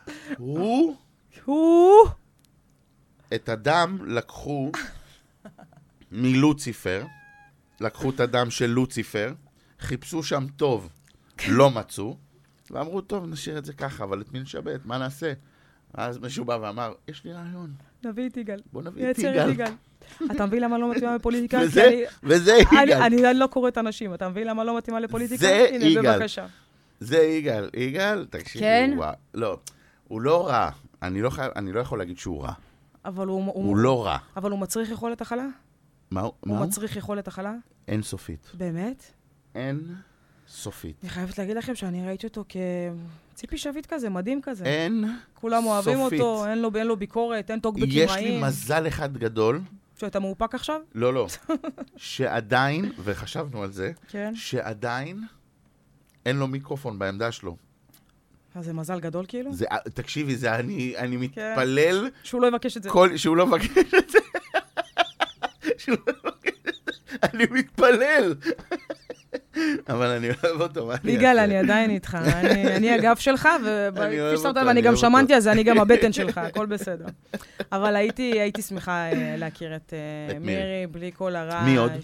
את הדם לקחו מלוציפר, לקחו את הדם של לוציפר, חיפשו שם טוב, לא מצאו, ואמרו, טוב, נשאיר את זה ככה, אבל את מי נשבת, מה נעשה? אז מישהו בא ואמר, יש לי רעיון. נביא את יגאל. בוא נביא את יגאל. אתה מבין למה לא מתאימה לפוליטיקה? וזה יגאל. אני לא קוראת אנשים, אתה מבין למה לא מתאימה לפוליטיקה? זה יגאל. בבקשה. זה יגאל. יגאל, תקשיבי, כן? לא, הוא לא רע. אני לא יכול להגיד שהוא רע. אבל הוא לא רע. אבל הוא מצריך יכולת הכלה? מה הוא? הוא מצריך יכולת הכלה? אין סופית. באמת? אין סופית. אני חייבת להגיד לכם שאני ראיתי אותו כציפי שביט כזה, מדהים כזה. אין סופית. כולם אוהבים אותו, אין לו ביקורת, אין טוק בקימאים. יש לי מזל אחד גדול, שאתה מאופק עכשיו? לא, לא. שעדיין, וחשבנו על זה, כן. שעדיין אין לו מיקרופון בעמדה שלו. אז זה מזל גדול כאילו? תקשיבי, זה אני מתפלל... שהוא לא יבקש את זה. שהוא לא מבקש את זה. שהוא לא מבקש את זה. אני מתפלל. אבל אני אוהב אותו, מה אני אעשה? יגאל, אני עדיין איתך. אני הגב שלך, ואני גם שמנתי על זה, אני גם הבטן שלך, הכל בסדר. אבל הייתי שמחה להכיר את מירי, בלי כל הרעש. מי עוד?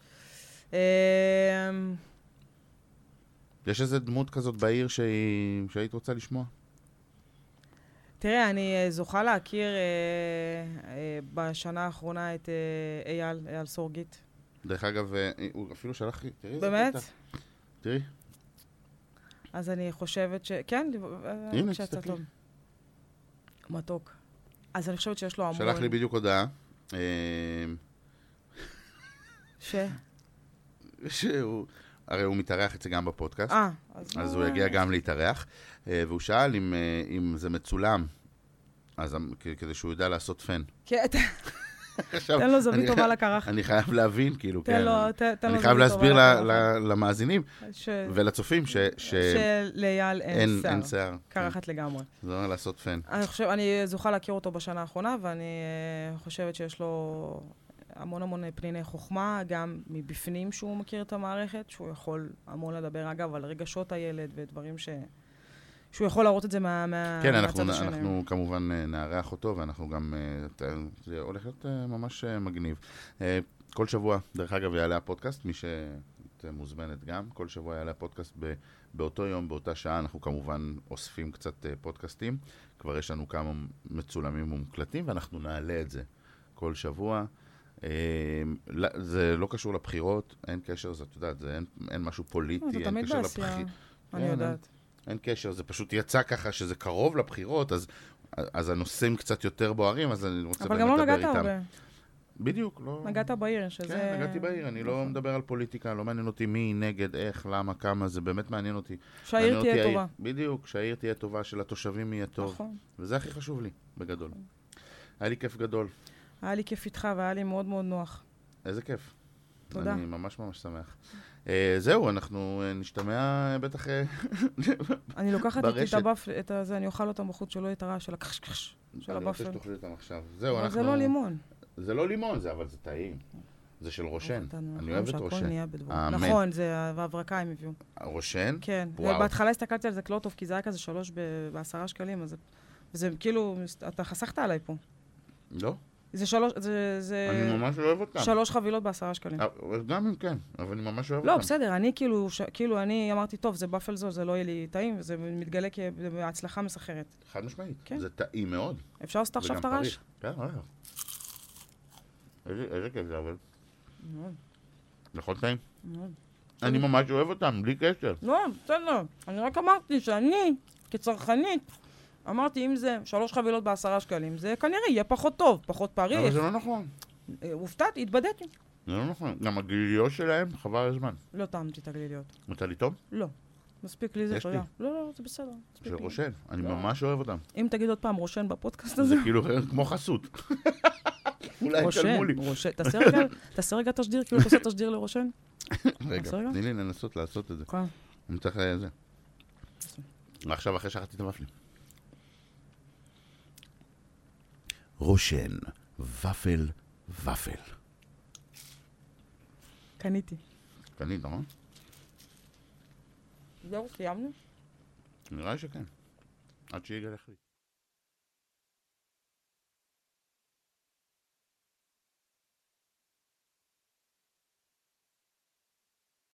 יש איזה דמות כזאת בעיר שהיית רוצה לשמוע? תראה, אני זוכה להכיר בשנה האחרונה את אייל סורגית. דרך אגב, הוא אפילו שלח לי, תראי. באמת? תראי. אז אני חושבת כן, הנה, תסתכלי. מתוק. אז אני חושבת שיש לו המון. שלח לי בדיוק הודעה. הרי הוא מתארח אצלי גם בפודקאסט. אז הוא יגיע גם להתארח. והוא שאל אם זה מצולם. אז כדי שהוא ידע לעשות פן. תן לו זווית טובה לקרח. אני חייב להבין, כאילו, כן. תן לו זווית טובה לקרח. אני חייב להסביר למאזינים ולצופים שלאייל אין שיער. קרחת לגמרי. זה אומר לעשות פן. אני זוכה להכיר אותו בשנה האחרונה, ואני חושבת שיש לו המון פניני חוכמה, גם מבפנים שהוא מכיר את המערכת, שהוא יכול המון לדבר, אגב, על רגשות הילד ודברים שהוא יכול להראות את זה מהצד השני. כן, אנחנו כמובן נארח אותו, ואנחנו גם, זה הולך להיות ממש מגניב. כל שבוע, דרך אגב, יעלה הפודקאסט, מי שמוזמנת גם, כל שבוע יעלה הפודקאסט באותו יום, באותה שעה, אנחנו כמובן אוספים קצת פודקאסטים, כבר יש לנו כמה מצולמים ומוקלטים, ואנחנו נעלה את זה כל שבוע. זה לא קשור לבחירות, אין קשר, זאת יודעת, אין משהו פוליטי, זה תמיד בעשייה, אני יודעת. אין קשר, זה פשוט יצא ככה שזה קרוב לבחירות, אז הנושאים קצת יותר בוערים, אז אני רוצה באמת לדבר איתם. אבל גם לא נגעת הרבה. בדיוק, לא... נגעת בעיר, שזה... כן, נגעתי בעיר, אני לא מדבר על פוליטיקה, לא מעניין אותי מי, נגד, איך, למה, כמה, זה באמת מעניין אותי. שהעיר תהיה טובה. בדיוק, שהעיר תהיה טובה, שלתושבים יהיה טוב. נכון. וזה הכי חשוב לי, בגדול. היה לי כיף גדול. היה לי כיף איתך, והיה לי מאוד מאוד נוח. איזה כיף. תודה. אני ממש שמח. זהו, אנחנו נשתמע בטח אני לוקחת איתי את הבאפל, את הזה, אני אוכל אותם בחוץ, שלא יהיה את הרעש של הקשקש של הבאפל. אני רוצה שתאכלי אותם עכשיו. זהו, אבל זה לא לימון. זה לא לימון, אבל זה טעים. זה של רושן. אני אוהב את רושן. נכון, זה ההברקה הם הביאו. רושן? כן. בהתחלה הסתכלתי על זה כלא טוב, כי זה היה כזה 3 ב10 שקלים, אז זה כאילו, אתה חסכת עליי פה. לא. זה 3, זה... אני ממש אוהב אותם. 3 חבילות ב10 שקלים. גם אם כן, אבל אני ממש אוהב אותם. אותם. לא, בסדר, אני כאילו, אני אמרתי, טוב, זה באפל זול, זה לא יהיה לי טעים, וזה מתגלה כהצלחה מסחרת. חד משמעית. זה טעים מאוד. אפשר לעשות עכשיו את הרעש? כן, איזה כיף זה, אבל. נכון טעים? אני ממש אוהב אותם, בלי קשר. לא, בסדר. אני רק אמרתי שאני, כצרכנית, אמרתי, אם זה 3 חבילות ב10 שקלים, זה כנראה יהיה פחות טוב, פחות פריך. אבל זה לא נכון. הופתעתי, התבדיתי. זה לא נכון. גם הגליליות שלהם חבל הזמן. לא טעמתי את הגליליות. אתה לי טוב? לא. מספיק לי זה, תודה. לא, זה בסדר. של רושן. אני ממש אוהב אותם. אם תגיד עוד פעם רושן בפודקאסט הזה. זה כאילו כמו חסות. אולי תשלמו לי. רושן. תעשה רגע תשדיר, כאילו אתה עושה תשדיר לרושן. רגע, תני לי לנסות לעשות את זה. אני צריך זה. ועכשיו אחרי שחטתי את הוואפלים. רושן, ופל. קניתי. קנית, נכון? זהו, סיימנו? נראה לי שכן. עד שיגאל החליט.